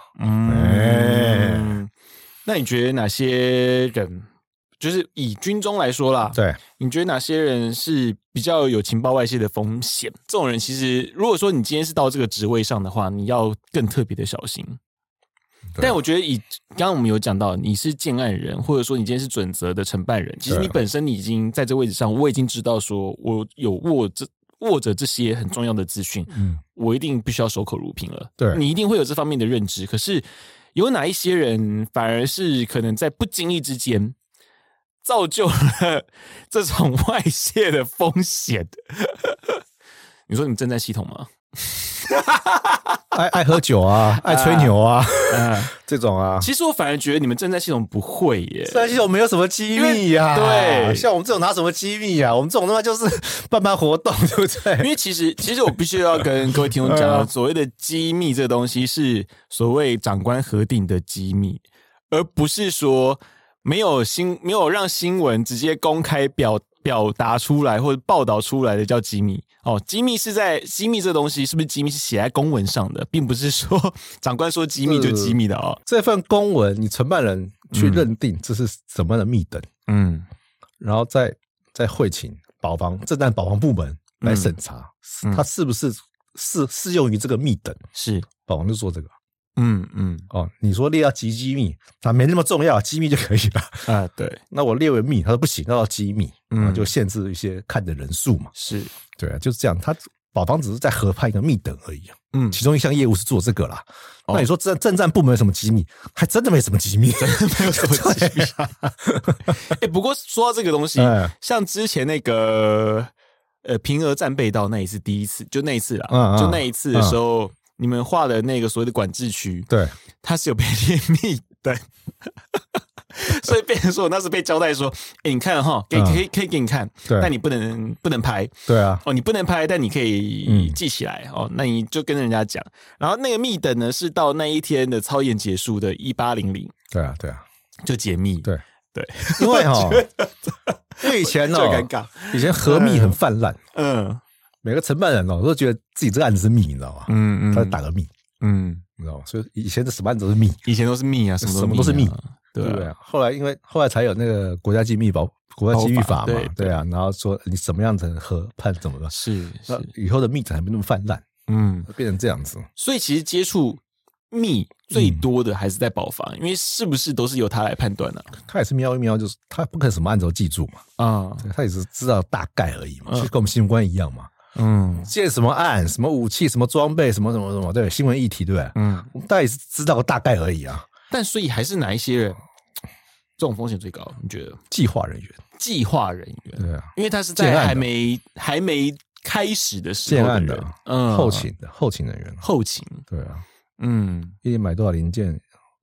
那你觉得哪些人？就是以军中来说啦， 对， 你觉得哪些人是比较有情报外泄的风险？这种人其实，如果说你今天是到这个职位上的话，你要更特别的小心。但我觉得刚刚我们有讲到，你是建案人，或者说你今天是准则的承办人，其实你本身你已经在这个位置上，我已经知道说我有握着这些很重要的资讯，我一定必须要守口如瓶了。 对， 你一定会有这方面的认知。可是有哪一些人反而是可能在不经意之间造就了这种外泄的风险？你说你正在系统吗？ 爱喝酒啊，爱吹牛啊，这种啊。 其实我反而觉得你们正在系统不会耶， 正在系统没有什么机密呀。 对， 像我们这种拿什么机密啊？我们这种他妈就是办活动，对不对？ 因为其实我必须要跟各位听众讲，所谓的机密这个东西是所谓长官核定的机密，而不是说没有让新闻直接公开表达出来或者报道出来的叫机密。机密这东西是不是机密是写在公文上的，并不是说长官说机密就机密的哦。 这份公文你承办人去认定这是什么样的密等，然后再会请政战保防部门来审查，它是不是适用于这个密等？是保防就做这个。你说列要极机密，它没那么重要，机密就可以了。对。那我列为密，他说不行，那要机密，就限制一些看的人数嘛。是，对啊，就是这样。他保防只是在核判一个密等而已。其中一项业务是做这个啦。那你说政战部门有什么机密？还真的没什么机密，真的没有什么机密。 不过说到这个东西，像之前那个平峨战备道那也是第一次，就那一次啦，就那一次的时候。你们画的那个所谓的管制区，对，它是有被列密的，所以变成说我那时被交代说，你看哈，可以给你看，但你不能拍，对啊，你不能拍，但你可以记起来那你就跟人家讲，然后那个密等呢是到那一天的操演结束的1800，对啊，就解密，对，因为以前最尴尬，以前核密很泛滥，每个承办人都觉得自己这个案子是密，你知道吗？他就打个密，你知道吗？所以以前的什么案子都是密，以前都是密啊，什么都是密，对不对？后来才有那个国家机密法嘛，对啊，然后说你什么样子核判怎么了？是，以后的密才没那么泛滥，变成这样子。所以其实接触密最多的还是在保防，因为是不是都是由他来判断呢？他也是瞄一瞄，就是他不可能什么案子都记住嘛，他也是知道大概而已嘛，就跟我们新闻官一样嘛。建什么案、什么武器、什么装备、什么，对，新闻议题，对不对？我们大概也是知道个大概而已啊。但所以还是哪一些人这种风险最高？你觉得？计划人员，对啊，因为他是在还没开始的时候的人，后勤人员，对啊，一年买多少零件，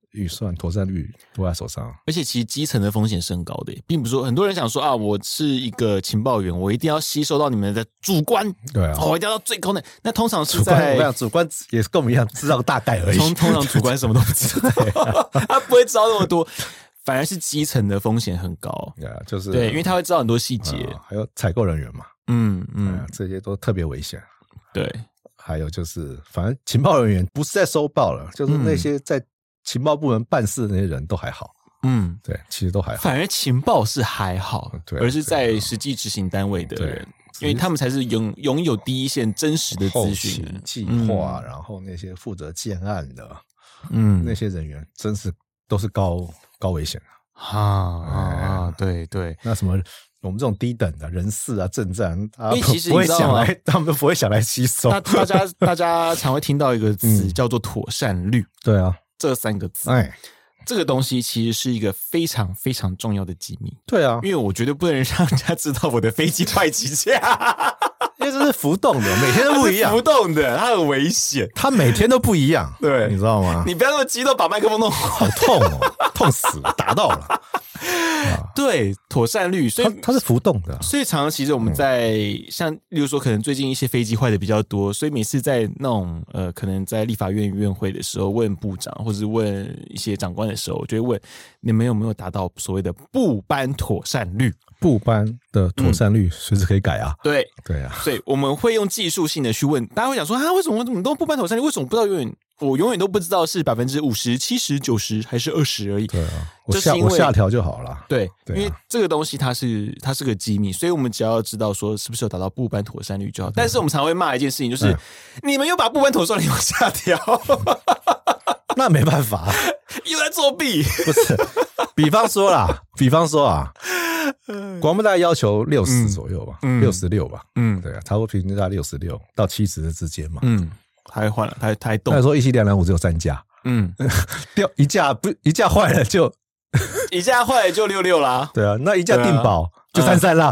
预算妥善率都在手上。 而且其实基层的风险是很高的，并不是说很多人想说啊，我是一个情报员，我一定要吸收到你们的主观， 对啊， 我一定要到最高的。那通常是在主观也是跟我们一样知道大概而已。 通常主观什么都不知道，他不会知道那么多。反而是基层的风险很高， 就是对，因为他会知道很多细节， 还有采购人员嘛，这些都特别危险。 对， 还有就是，反正情报人员不是在收报了，就是那些在情报部门办事的那些人都还好，对，其实都还好。 反而情报是还好，对，而是在实际执行单位的人，因为他们才是拥有第一线真实的资讯、 计划，然后那些负责建案的，那些人员真是都是高危险对对， 那什么我们这种低等的人事啊、政战， 因为其实你知道吗？ 他们都不会想来吸收。 大家常会听到一个词叫做妥善率， 对啊， 这3个字，这个东西其实是一个非常非常重要的机密。 对啊， 因为我绝对不能让人家知道我的飞机坏几架。 因为这是浮动的，每天都不一样。 浮动的，它很危险， 它每天都不一样。 对， 你知道吗？ 你不要那么激动，把麦克风弄好痛哦，痛死了，打到了。 对，妥善率，所以它是浮动的。 所以常常其实我们在像例如说，可能最近一些飞机坏的比较多，所以每次在那种可能在立法院院会的时候问部长或者问一些长官的时候，我就会问你们有没有达到所谓的部班妥善率？ 部班的妥善率随时可以改啊。 对啊， 所以我们会用技术性的去问，大家会想说啊，为什么我怎么都部班妥善率？为什么不知道我永远都不知道是50%、70%、90%还是20%而已？ 对啊，我下调就好了。 对，因为这个东西它是个机密，所以我们只要知道说是不是有达到部班妥善率就好。但是我们常会骂一件事情，就是你们又把部班妥善率往下调。 那没办法， 又在作弊。 不是，比方说啊，广播大概要求60左右吧，66吧，对啊，差不多平均在66到70的之间嘛， 他还换了，他还动。 那时候17205只有3架，掉一架坏了就一架坏了就66啦， 对啊，那一架定保就33啦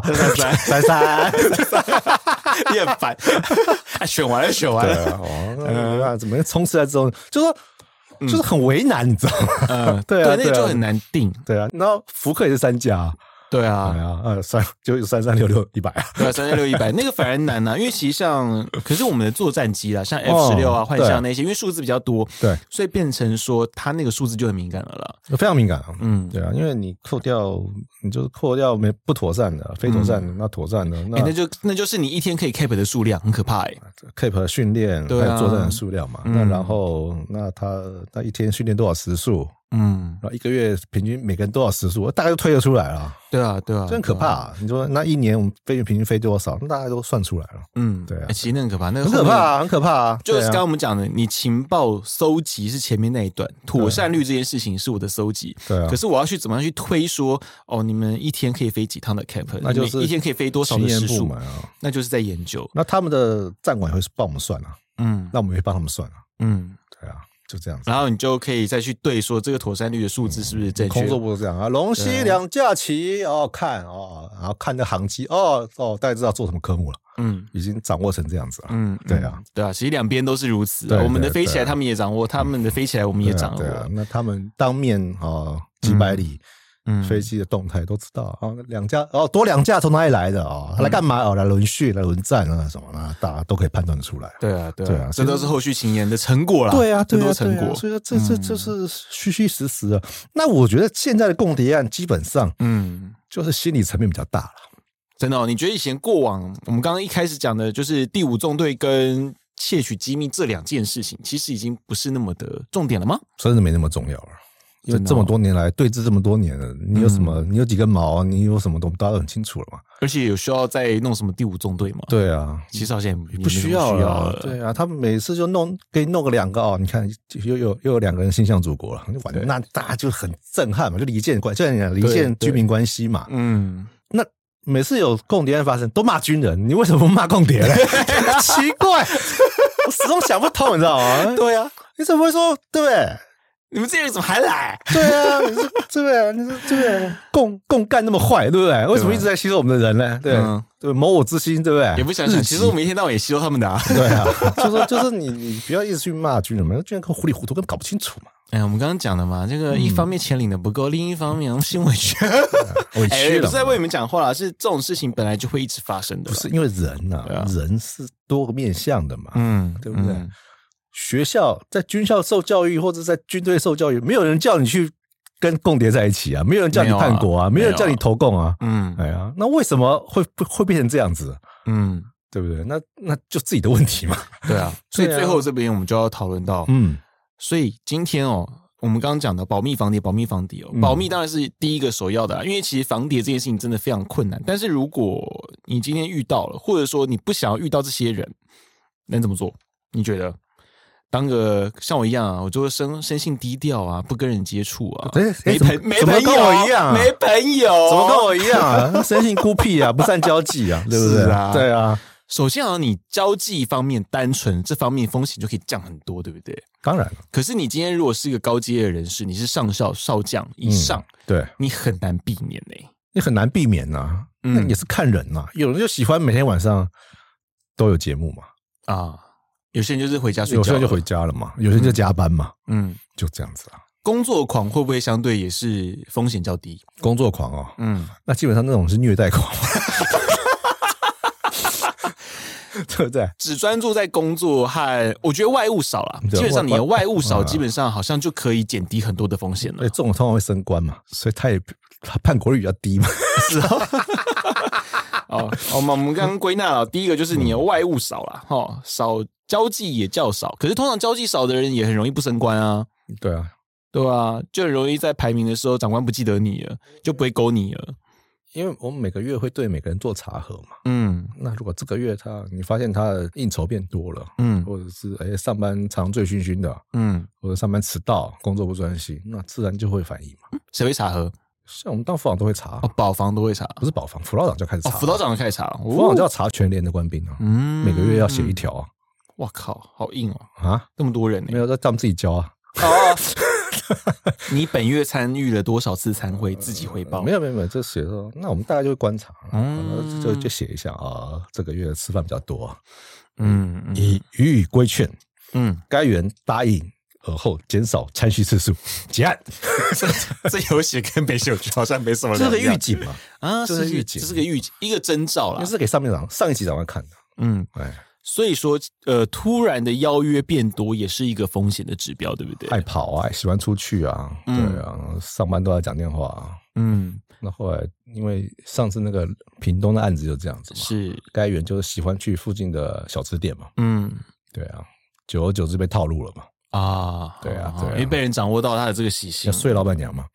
，33， 你很烦，选完了， 那怎么冲刺在之后，就是很为难，你知道吗？对啊， 那个就很难定。 对啊，然后福克也是3架。 对啊， 就3366-100啊， 对啊，3366-100那个反而难啊，因为其实可是我们的作战机啦，像 F16啊、幻象那些，因为数字比较多， 对， 所以变成说它那个数字就很敏感了啦， 非常敏感啊。对啊，因为你扣掉不妥善的、非妥善的，那妥善的， 那就是你一天可以 cap 的数量，很可怕 cap 训练还有作战的数量嘛。那然后他一天训练多少时数？然后1个月平均每个人多少时数，大概就推得出来了。 对啊， 这很可怕。你说那1年我们平均飞多少，那大家都算出来了。对啊， 其实那很可怕，那很可怕，很可怕啊！ 就是刚刚我们讲的，你情报搜集是前面那一段，妥善率这件事情是我的搜集。 对啊， 可是我要去怎么样去推说，你们一天可以飞几趟的 cap， 那就是一天可以飞多少的时数，那就是在研究。 那他们的战管会帮我们算啊，那我们会帮他们算啊，对啊。就这样子， 然后你就可以再去对说这个妥善率的数字是不是正确？ 空作部是这样啊，龙溪2架起看然后看那航机大概知道做什么科目了，已经掌握成这样子了，对啊， 其实两边都是如此，我们的飞起来他们也掌握，他们的飞起来我们也掌握， 那他们当面几百里。飞机的动态都知道啊，2架多2架从哪里来的来干嘛来轮训、来轮战啊什么的，大家都可以判断得出来。 对啊，这都是后续勤研的成果啦。 对啊， 这都是成果。 所以这就是虚虚实实的。那我觉得现在的共谍案基本上，就是心理层面比较大了。 真的，你觉得以前过往我们刚刚一开始讲的就是第5纵队跟窃取机密这2件事情，其实已经不是那么的重点了吗？ 真的没那么重要了。因为这么多年来对峙这么多年了，你有什么？你有几根毛？你有什么东西，大家都很清楚了嘛。 而且有需要再弄什么第5纵队吗？ 对啊， 其实好像也不需要了。对啊，他们每次就给你弄个2个你看又有2个人心向祖国了，那大家就很震撼嘛，就离间居民关系嘛。那每次有共谍案发生，都骂军人，你为什么不骂共谍呢？奇怪，我始终想不通，你知道吗？ 对啊， 你怎么会说对不对？ 你们这些人怎么还来？ 对啊，你说对，共干那么坏，对不对？为什么一直在吸收我们的人呢？对，对，谋我之心，对不对？ 也不想想，其实我们一天到晚也吸收他们的啊。 对啊，就是你不要一直去骂军人嘛，军人跟糊里糊涂，根本搞不清楚嘛。 哎，我们刚刚讲的嘛，这个一方面钱领的不够，另一方面心委屈， 委屈了。 不是在为你们讲话啦，是这种事情本来就会一直发生的。 不是因为人啊，人是多个面向的嘛，对不对？学校在军校受教育，或者在军队受教育，没有人叫你去跟共谍在一起啊，没有人叫你叛国啊，没有人叫你投共啊，哎呀，那为什么会变成这样子？对不对？那就自己的问题嘛。 对啊，所以最后这边我们就要讨论到，所以今天我们刚刚讲的保密防谍，保密当然是第一个首要的，因为其实防谍这件事情真的非常困难。但是如果你今天遇到了，或者说你不想要遇到这些人，能怎么做？你觉得？当个像我一样啊，我就会生性低调啊，不跟人接触啊，没朋友， 怎么跟我一样啊？ 没朋友， 怎么跟我一样啊？生性孤僻啊，不善交际啊，对不对？对啊。 首先啊，你交际方面单纯，这方面风险就可以降很多，对不对？ 当然。 可是你今天如果是一个高阶的人士，你是上校、少将以上，对，你很难避免你很难避免啊。那也是看人啊，有人就喜欢每天晚上都有节目嘛。啊。 有些人就是回家睡觉， 有些人就回家了嘛，有些人就加班嘛，就这样子啊。 工作狂会不会相对也是风险较低？ 工作狂哦，那基本上那种是虐待狂，对不对？ 只专注在工作和我觉得外务少啦，基本上你的外务少，基本上好像就可以减低很多的风险了。 这种通常会升官嘛，所以他叛国率比较低嘛， 是啊。我们刚刚归纳了，第一个就是你的外务少啦，少交际也较少，可是通常交际少的人也很容易不升官啊。 对啊， 对啊，就很容易在排名的时候，长官不记得你了，就不会勾你了。 因为我们每个月会对每个人做查核嘛，那如果这个月你发现他的应酬变多了，或者是上班常醉醺醺的，或者上班迟到、工作不专心，那自然就会反映嘛。 谁会查核？ 像我们当辅导都会查， 保防都会查， 不是保防，辅导长就开始查， 辅导长就开始查， 辅导长就要查全连的官兵啊，每个月要写一条啊。 哇靠，好硬哦！啊，这么多人没有，他们自己交啊。 你本月参与了多少次参会？自己汇报？ 没有，这写说，那我们大概就会观察，就写一下啊，这个月吃饭比较多，以予以规劝，该员答应。而后减少参叙次数，结案。 这有写跟没写好像没什么两样。 这是个预警嘛？ 这是预警，这是个预警，一个征兆啦。 这是给上一级长官看的。 所以说，突然的邀约变多，也是一个风险的指标，对不对？ 爱跑啊，喜欢出去啊，对啊，上班都要讲电话啊。那后来因为上次那个屏东的案子就这样子嘛， 是该员就是喜欢去附近的小吃店嘛。对啊，久而久之被套路了嘛。对啊， 因为被人掌握到他的这个习性， 要睡老板娘嘛，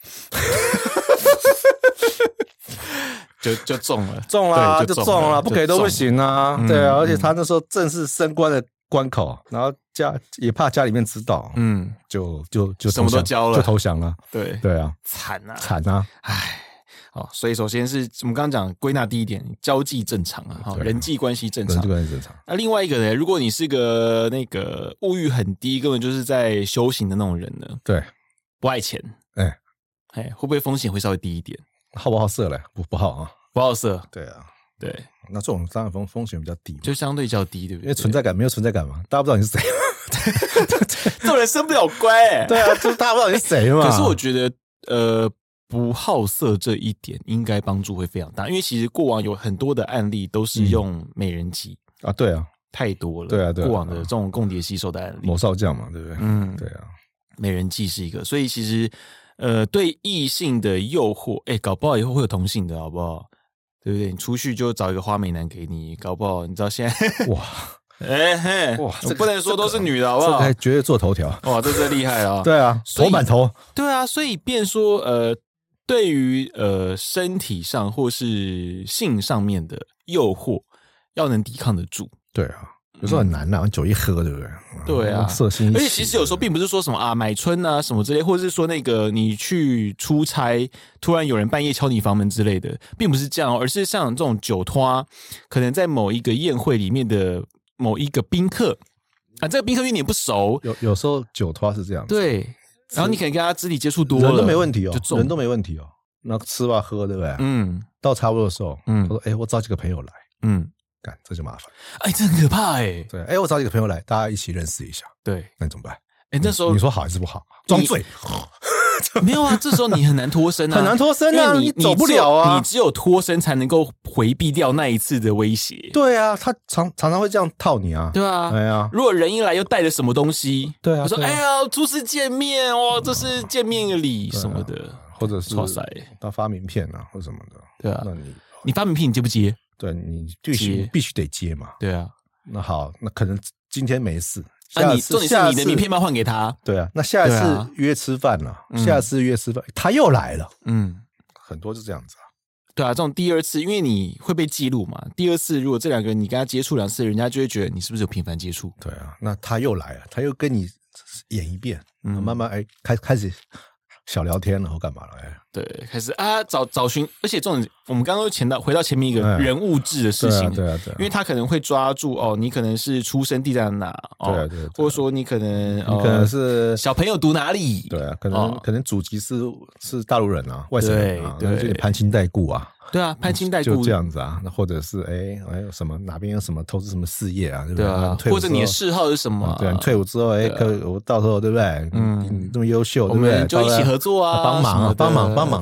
就中了， 就中了，不给都不行啊。对啊，而且他那时候正是升官的关口，然后也怕家里面知道，就什么都交了， 就投降了。对啊， 惨啊， 唉。所以首先是我们刚刚讲归纳第一点，交际正常啊，人际关系正常。那另外一个呢，如果你是个那个物欲很低，根本就是在修行的那种人呢， 对， 不爱钱，会不会风险会稍微低一点？ 好不好色嘞？不好啊， 不好色。 对啊， 对， 那这种当然风险比较低， 就相对较低，对不对？ 因为存在感没有存在感嘛，大家不知道你是谁， 这种人生不了乖。 对啊，就是大家不知道你是谁嘛。 可是我觉得不好色这一点应该帮助会非常大，因为其实过往有很多的案例都是用美人计啊，对啊， 太多了， 对啊， 过往的这种共谍吸收的案例， 某少将嘛，对不对？对啊， 美人计是一个，所以其实对异性的诱惑，搞不好以后会有同性的，好不好？对不对？你出去就找一个花美男给你，搞不好你知道现在哇。哇， 这不能说都是女的，好不好？ 这绝对做头条， 哇，这厉害啊！ 对啊，头版头， 对啊，所以变说对于身体上或是性上面的诱惑，要能抵抗得住。 对啊，有时候很难啊，酒一喝，对不对？ 对啊， 色心。 而且其实有时候并不是说什么买春啊什么之类，或者是说那个你去出差，突然有人半夜敲你房门之类的，并不是这样，而是像这种酒托，可能在某一个宴会里面的某一个宾客啊，这个宾客因为你不熟， 有时候酒托是这样子， 对。 然后你可能跟他肢体接触多了， 人都没问题哦， 就人都没问题哦。那吃吧喝，对不对？到差不多的时候，他说：“我找几个朋友来。”干这就麻烦。 这很可怕哎。 对，我找几个朋友来，大家一起认识一下。 对， 那你怎么办？ 那时候你说好还是不好？装醉。 没有啊，这时候你很难脱身啊， 很难脱身啊，你走不了啊， 你只有脱身才能够回避掉那一次的威胁。 对啊，他常常会这样套你啊， 对啊， 哎呀， 如果人一来又带着什么东西， 对啊， 我说哎呀，初次见面哇，这是见面的礼什么的， 或者是他发名片啊或什么的， 对啊， 那你发名片你接不接？ 对，你必须得接嘛。 对啊， 那好，那可能今天没事。 你重点是你的名片要换给他。 对啊，那下一次约吃饭了，下一次约吃饭他又来了，很多是这样子啊。 对啊，这种第二次，因为你会被记录嘛。第二次如果这两个人你跟他接触2次，人家就会觉得你是不是有频繁接触。 对啊，那他又来了，他又跟你演一遍，慢慢开始小聊天了或干嘛了？ 对，开始找寻，而且这种我们刚刚回到前面一个人物志的事情， 对啊， 因为他可能会抓住你可能是出生地在哪， 对， 或者说你可能是小朋友读哪里， 对啊，可能祖籍是大陆人啊，外省人啊，那就得攀亲带故啊。 对啊，攀亲带故就这样子啊，那或者是什么哪边有什么投资什么事业啊，对不对？ 啊，或者你的嗜好是什么？ 对，退伍之后我到时候对不对？你这么优秀，对不对？ 就一起合作啊， 帮忙，对，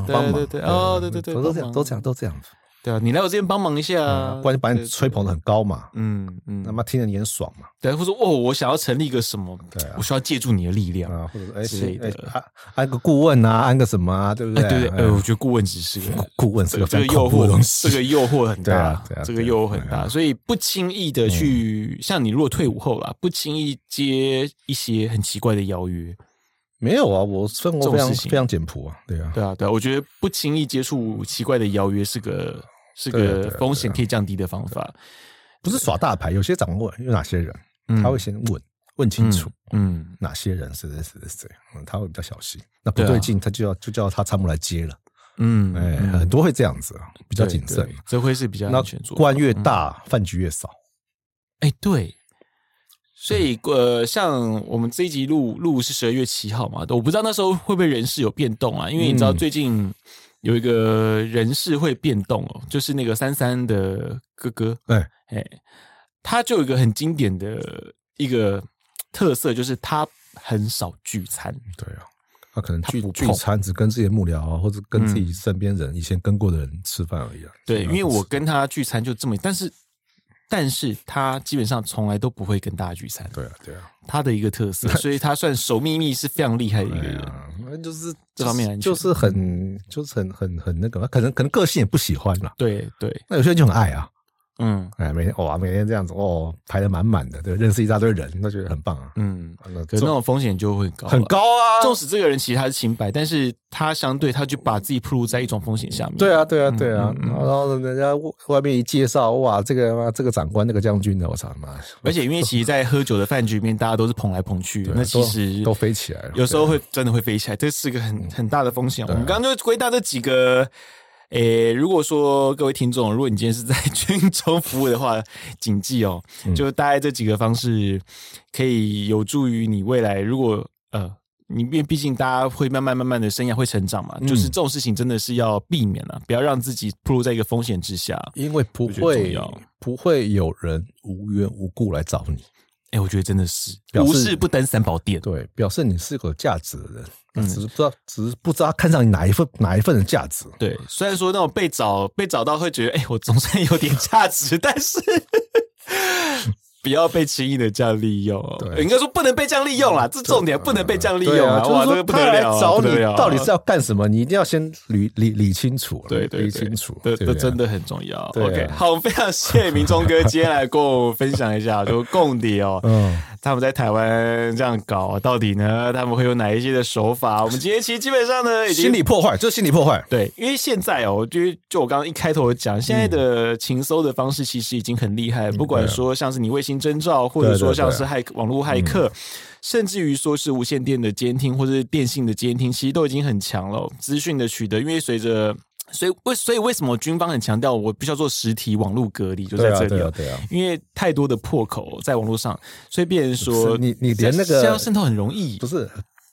对， 都这样子。 对啊，你来我这边帮忙一下， 不然把你吹捧的很高嘛，他妈听着你很爽嘛。 对，或者我想要成立一个什么，我需要借助你的力量啊，或者之类的， 安个顾问啊，安个什么啊，对不对？ 对，我觉得顾问只是顾问是个这个诱惑东西， 这个诱惑很大， 对啊， 这个诱惑很大，所以不轻易的去，像你如果退伍后啦，不轻易接一些很奇怪的邀约。 没有啊，我生活非常简朴啊，对啊， 我觉得不轻易接触奇怪的邀约是个风险可以降低的方法， 不是耍大牌。有些掌握有哪些人，他会先问清楚，哪些人是谁，他会比较小心。那不对劲，他就叫他参谋来接了，很多会这样子啊，比较谨慎， 这会是比较安全做法。 官越大，饭局越少。 对。所以像我们这一集录是12月7号嘛，我不知道那时候会不会人事有变动啊？因为你知道最近有一个人事会变动就是那个33的哥哥，他就有一个很经典的一个特色，就是他很少聚餐。对啊， 他可能聚餐只跟自己的幕僚啊，或者跟自己身边人以前跟过的人吃饭而已啊。 对，因为我跟他聚餐就这么，但是他基本上从来都不会跟大家聚餐。 对啊， 他的一个特色，所以他算守秘密是非常厉害的一个人。 就是这方面安全， 就是很那个，可能个性也不喜欢啦。 对， 那有些人就很爱啊。每天这样子排得满满的，对，认识一大堆人，那觉得很棒啊。 可是那种风险就会很高啊。 纵使这个人其实他是清白，但是他相对他就把自己暴露在一种风险下面。 对啊。然后人家外面一介绍，哇，这个长官，那个将军的，我操妈！ 而且因为其实，在喝酒的饭局里面，大家都是捧来捧去，那其实都飞起来了。 有时候真的会飞起来，这是个很大的风险。我们刚刚就归纳这几个。如果说各位听众，如果你今天是在军中服务的话，谨记就大概这几个方式可以有助于你未来。如果你毕竟大家会慢慢的生涯会成长嘛，就是这种事情真的是要避免了，不要让自己暴露在一个风险之下， 因为不会有人无缘无故来找你。 我觉得真的是无事不登三宝殿， 对，表示你是个有价值的人，只是不知道看上你哪一份的价值。 对，虽然说那种被找到会觉得，我总算有点价值，但是不要被轻易的这样利用。应该说不能被这样利用啦，这重点不能被这样利用啊！哇，这个不得了， 找你到底是要干什么？你一定要先理清楚， 对， 理清楚， 这真的很重要。OK， 好，非常谢谢明忠哥今天来跟我分享一下，就共谍他们在台湾这样搞，到底呢他们会有哪一些的手法？我们今天其实基本上呢，已经心理破坏，就是心理破坏。 对，因为现在我觉得就我刚刚一开头讲，现在的情搜的方式其实已经很厉害，不管说像是你卫星征兆，或者说像是网络骇客，甚至于说是无线电的监听或者是电信的监听，其实都已经很强了。资讯的取得，因为所以为什么军方很强调我必须要做实体网络隔离，就在这里对啊， 因为太多的破口在网络上，所以变成说你连那个要渗透很容易， 不是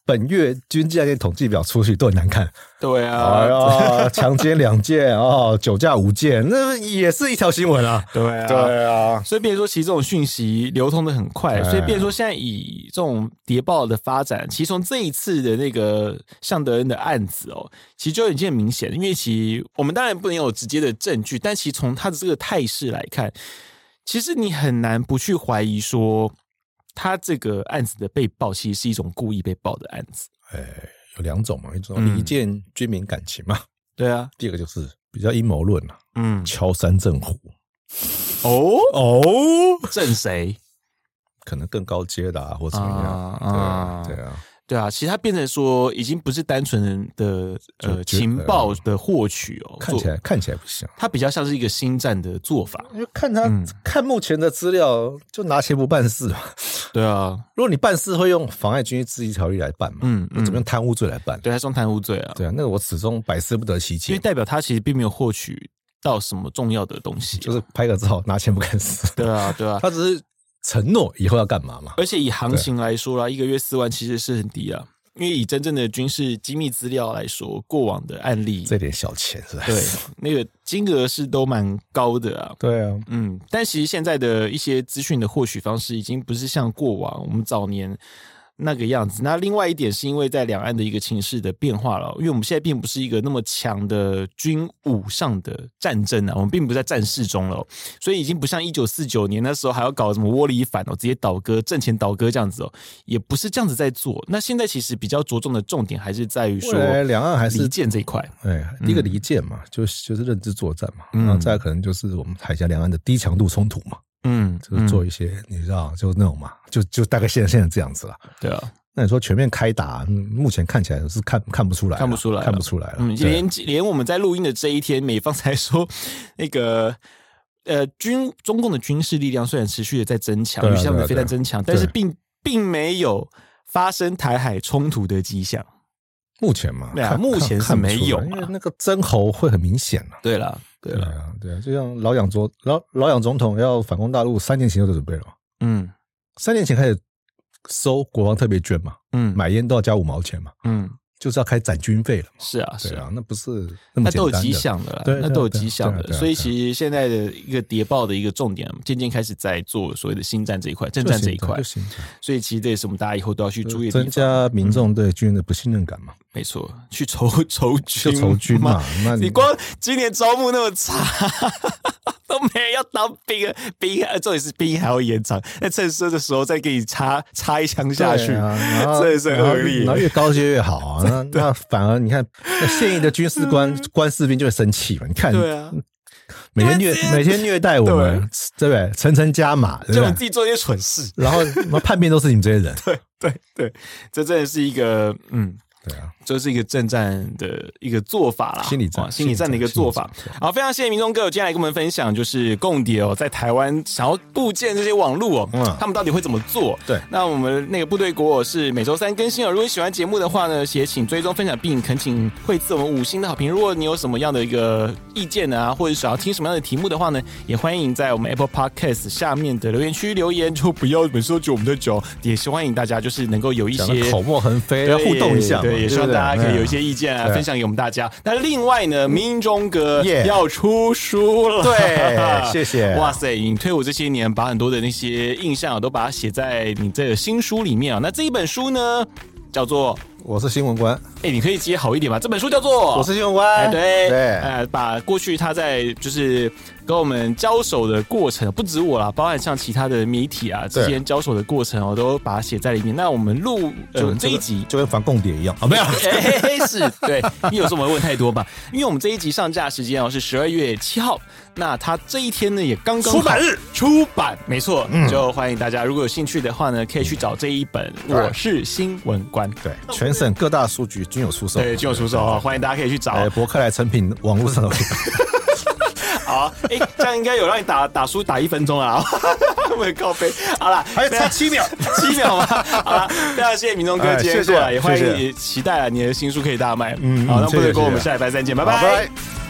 本月军纪案件统计表出去都很难看。 对啊， 强奸2件酒驾5件，那也是一条新闻啊。 对啊，所以变成说，其实这种讯息流通的很快，所以变成说，现在以这种谍报的发展，其实从这一次的那个向德恩的案子其实就已经很明显，因为其实我们当然不能有直接的证据，但其实从他的这个态势来看，其实你很难不去怀疑说，他这个案子的被爆其实是一种故意被爆的案子。 有2种嘛，一种离间军民感情嘛， 对啊， 第二个就是比较阴谋论啊，敲山震虎。震谁？ 可能更高阶的或怎么样？ 对啊，其实它变成说，已经不是单纯的情报的获取看起来不像， 它比较像是一个新战的做法。 因为看目前的资料，就拿钱不办事嘛。 对啊， 如果你办事会用妨碍军事治理条例来办嘛，怎么用贪污罪来办？ 对，还是用贪污罪啊。 对啊，那个我始终百思不得其解， 因为代表他其实并没有获取到什么重要的东西， 就是拍个照拿钱不干事。 对啊， 他只是承诺以后要干嘛嘛？ 而且以行情来说啦，1个月4万其实是很低啊。因为以真正的军事机密资料来说，过往的案例这点小钱是吧？ 对，那个金额是都蛮高的啊。 对啊， 但其实现在的一些资讯的获取方式，已经不是像过往我们早年那个样子。那另外一点是因为在两岸的一个情势的变化了，因为我们现在并不是一个那么强的军武上的战争啊，我们并不在战事中了，所以已经不像1949年那时候还要搞什么窝里反直接倒戈、阵前倒戈这样子也不是这样子在做。那现在其实比较着重的重点还是在于说， 两岸还是离间这一块。 第一个离间嘛，就是认知作战嘛，然后再来可能就是我们海峡两岸的低强度冲突嘛。就是做一些你知道，就那种嘛，就大概现在这样子了。对啊，那你说全面开打，目前看起来是看不出来，看不出来了。 连我们在录音的这一天，美方才说那个中共的军事力量虽然持续的在增强，与他们的飞弹增强，但是并没有发生台海冲突的迹象。 目前嘛， 对啊，目前是没有， 因为那个征候会很明显了。 对了。 对啊，就像老蒋总统要反攻大陆，3年前就准备了嘛。3年前开始收国防特别捐嘛，买烟都要加5毛钱嘛，就是要开始攒军费了嘛。是啊，那不是那么简单的， 那都有迹象的啦，那都有迹象的。所以其实现在的一个谍报的一个重点，渐渐开始在做所谓的新战这一块、政战这一块。所以其实这也是我们大家以后都要去注意的地方， 增加民众对军人的不信任感嘛。 没错，去筹军嘛。你光今年招募那么差，都没人要当兵，重点是兵还要延长，在趁生的时候再给你插一枪下去，真的是恶劣。 然后越高阶越好啊，那反而你看，那现役的军事官士兵就会生气嘛。你看， 对啊。 每天虐待我们，对不对？层加码， 就你自己做一些蠢事， 然后叛变都是你们这些人。 对，这真的是一个对啊， 这是一个政战的一个做法啦，心理战的一个做法。好，非常谢谢民众哥今天来跟我们分享，就是共谍在台湾想要布建这些网路他们到底会怎么做？对，那我们那个部队国是每周3更新如果你喜欢节目的话呢，也请追踪分享，并恳请惠赐我们5星的好评。如果你有什么样的一个意见啊，或者想要听什么样的题目的话呢，也欢迎在我们 Apple Podcast 下面的留言区留言，就不要每次都觉得我们在讲，也是欢迎大家就是能够有一些口沫横飞，要互动一下。 对，也希望大家可以有一些意见啊，分享给我们大家。那另外呢，民众哥要出书了， 对，谢谢。 哇塞，你退伍这些年，把很多的那些印象都把它写在你这个新书里面啊。那这一本书呢，叫做《 我是新闻官》。 你可以接好一点吧？这本书叫做 《我是新闻官》。 对，把过去他在就是跟我们交手的过程，不止我啦，包含像其他的媒体啊之间交手的过程，我都把它写在里面。那我们录这一集就跟防共谍一样没有？ 是，对，因为有时候我们会问太多吧。因为我们这一集上架时间是12月7号，那他这一天呢也刚刚出版，没错，就欢迎大家如果有兴趣的话呢，可以去找这一本《我是新闻官》。 对，全省各大书局均有出售， 对，均有出售欢迎大家可以去找。 博客来成品网络上有。 好，这样应该有让你打书打1分钟啊！我很靠背。好了， 还差7秒吗？好了，非常谢谢民众哥今天过来，也欢迎你期待你的新书可以大卖。好，那部队锅我们下礼拜3见，拜拜。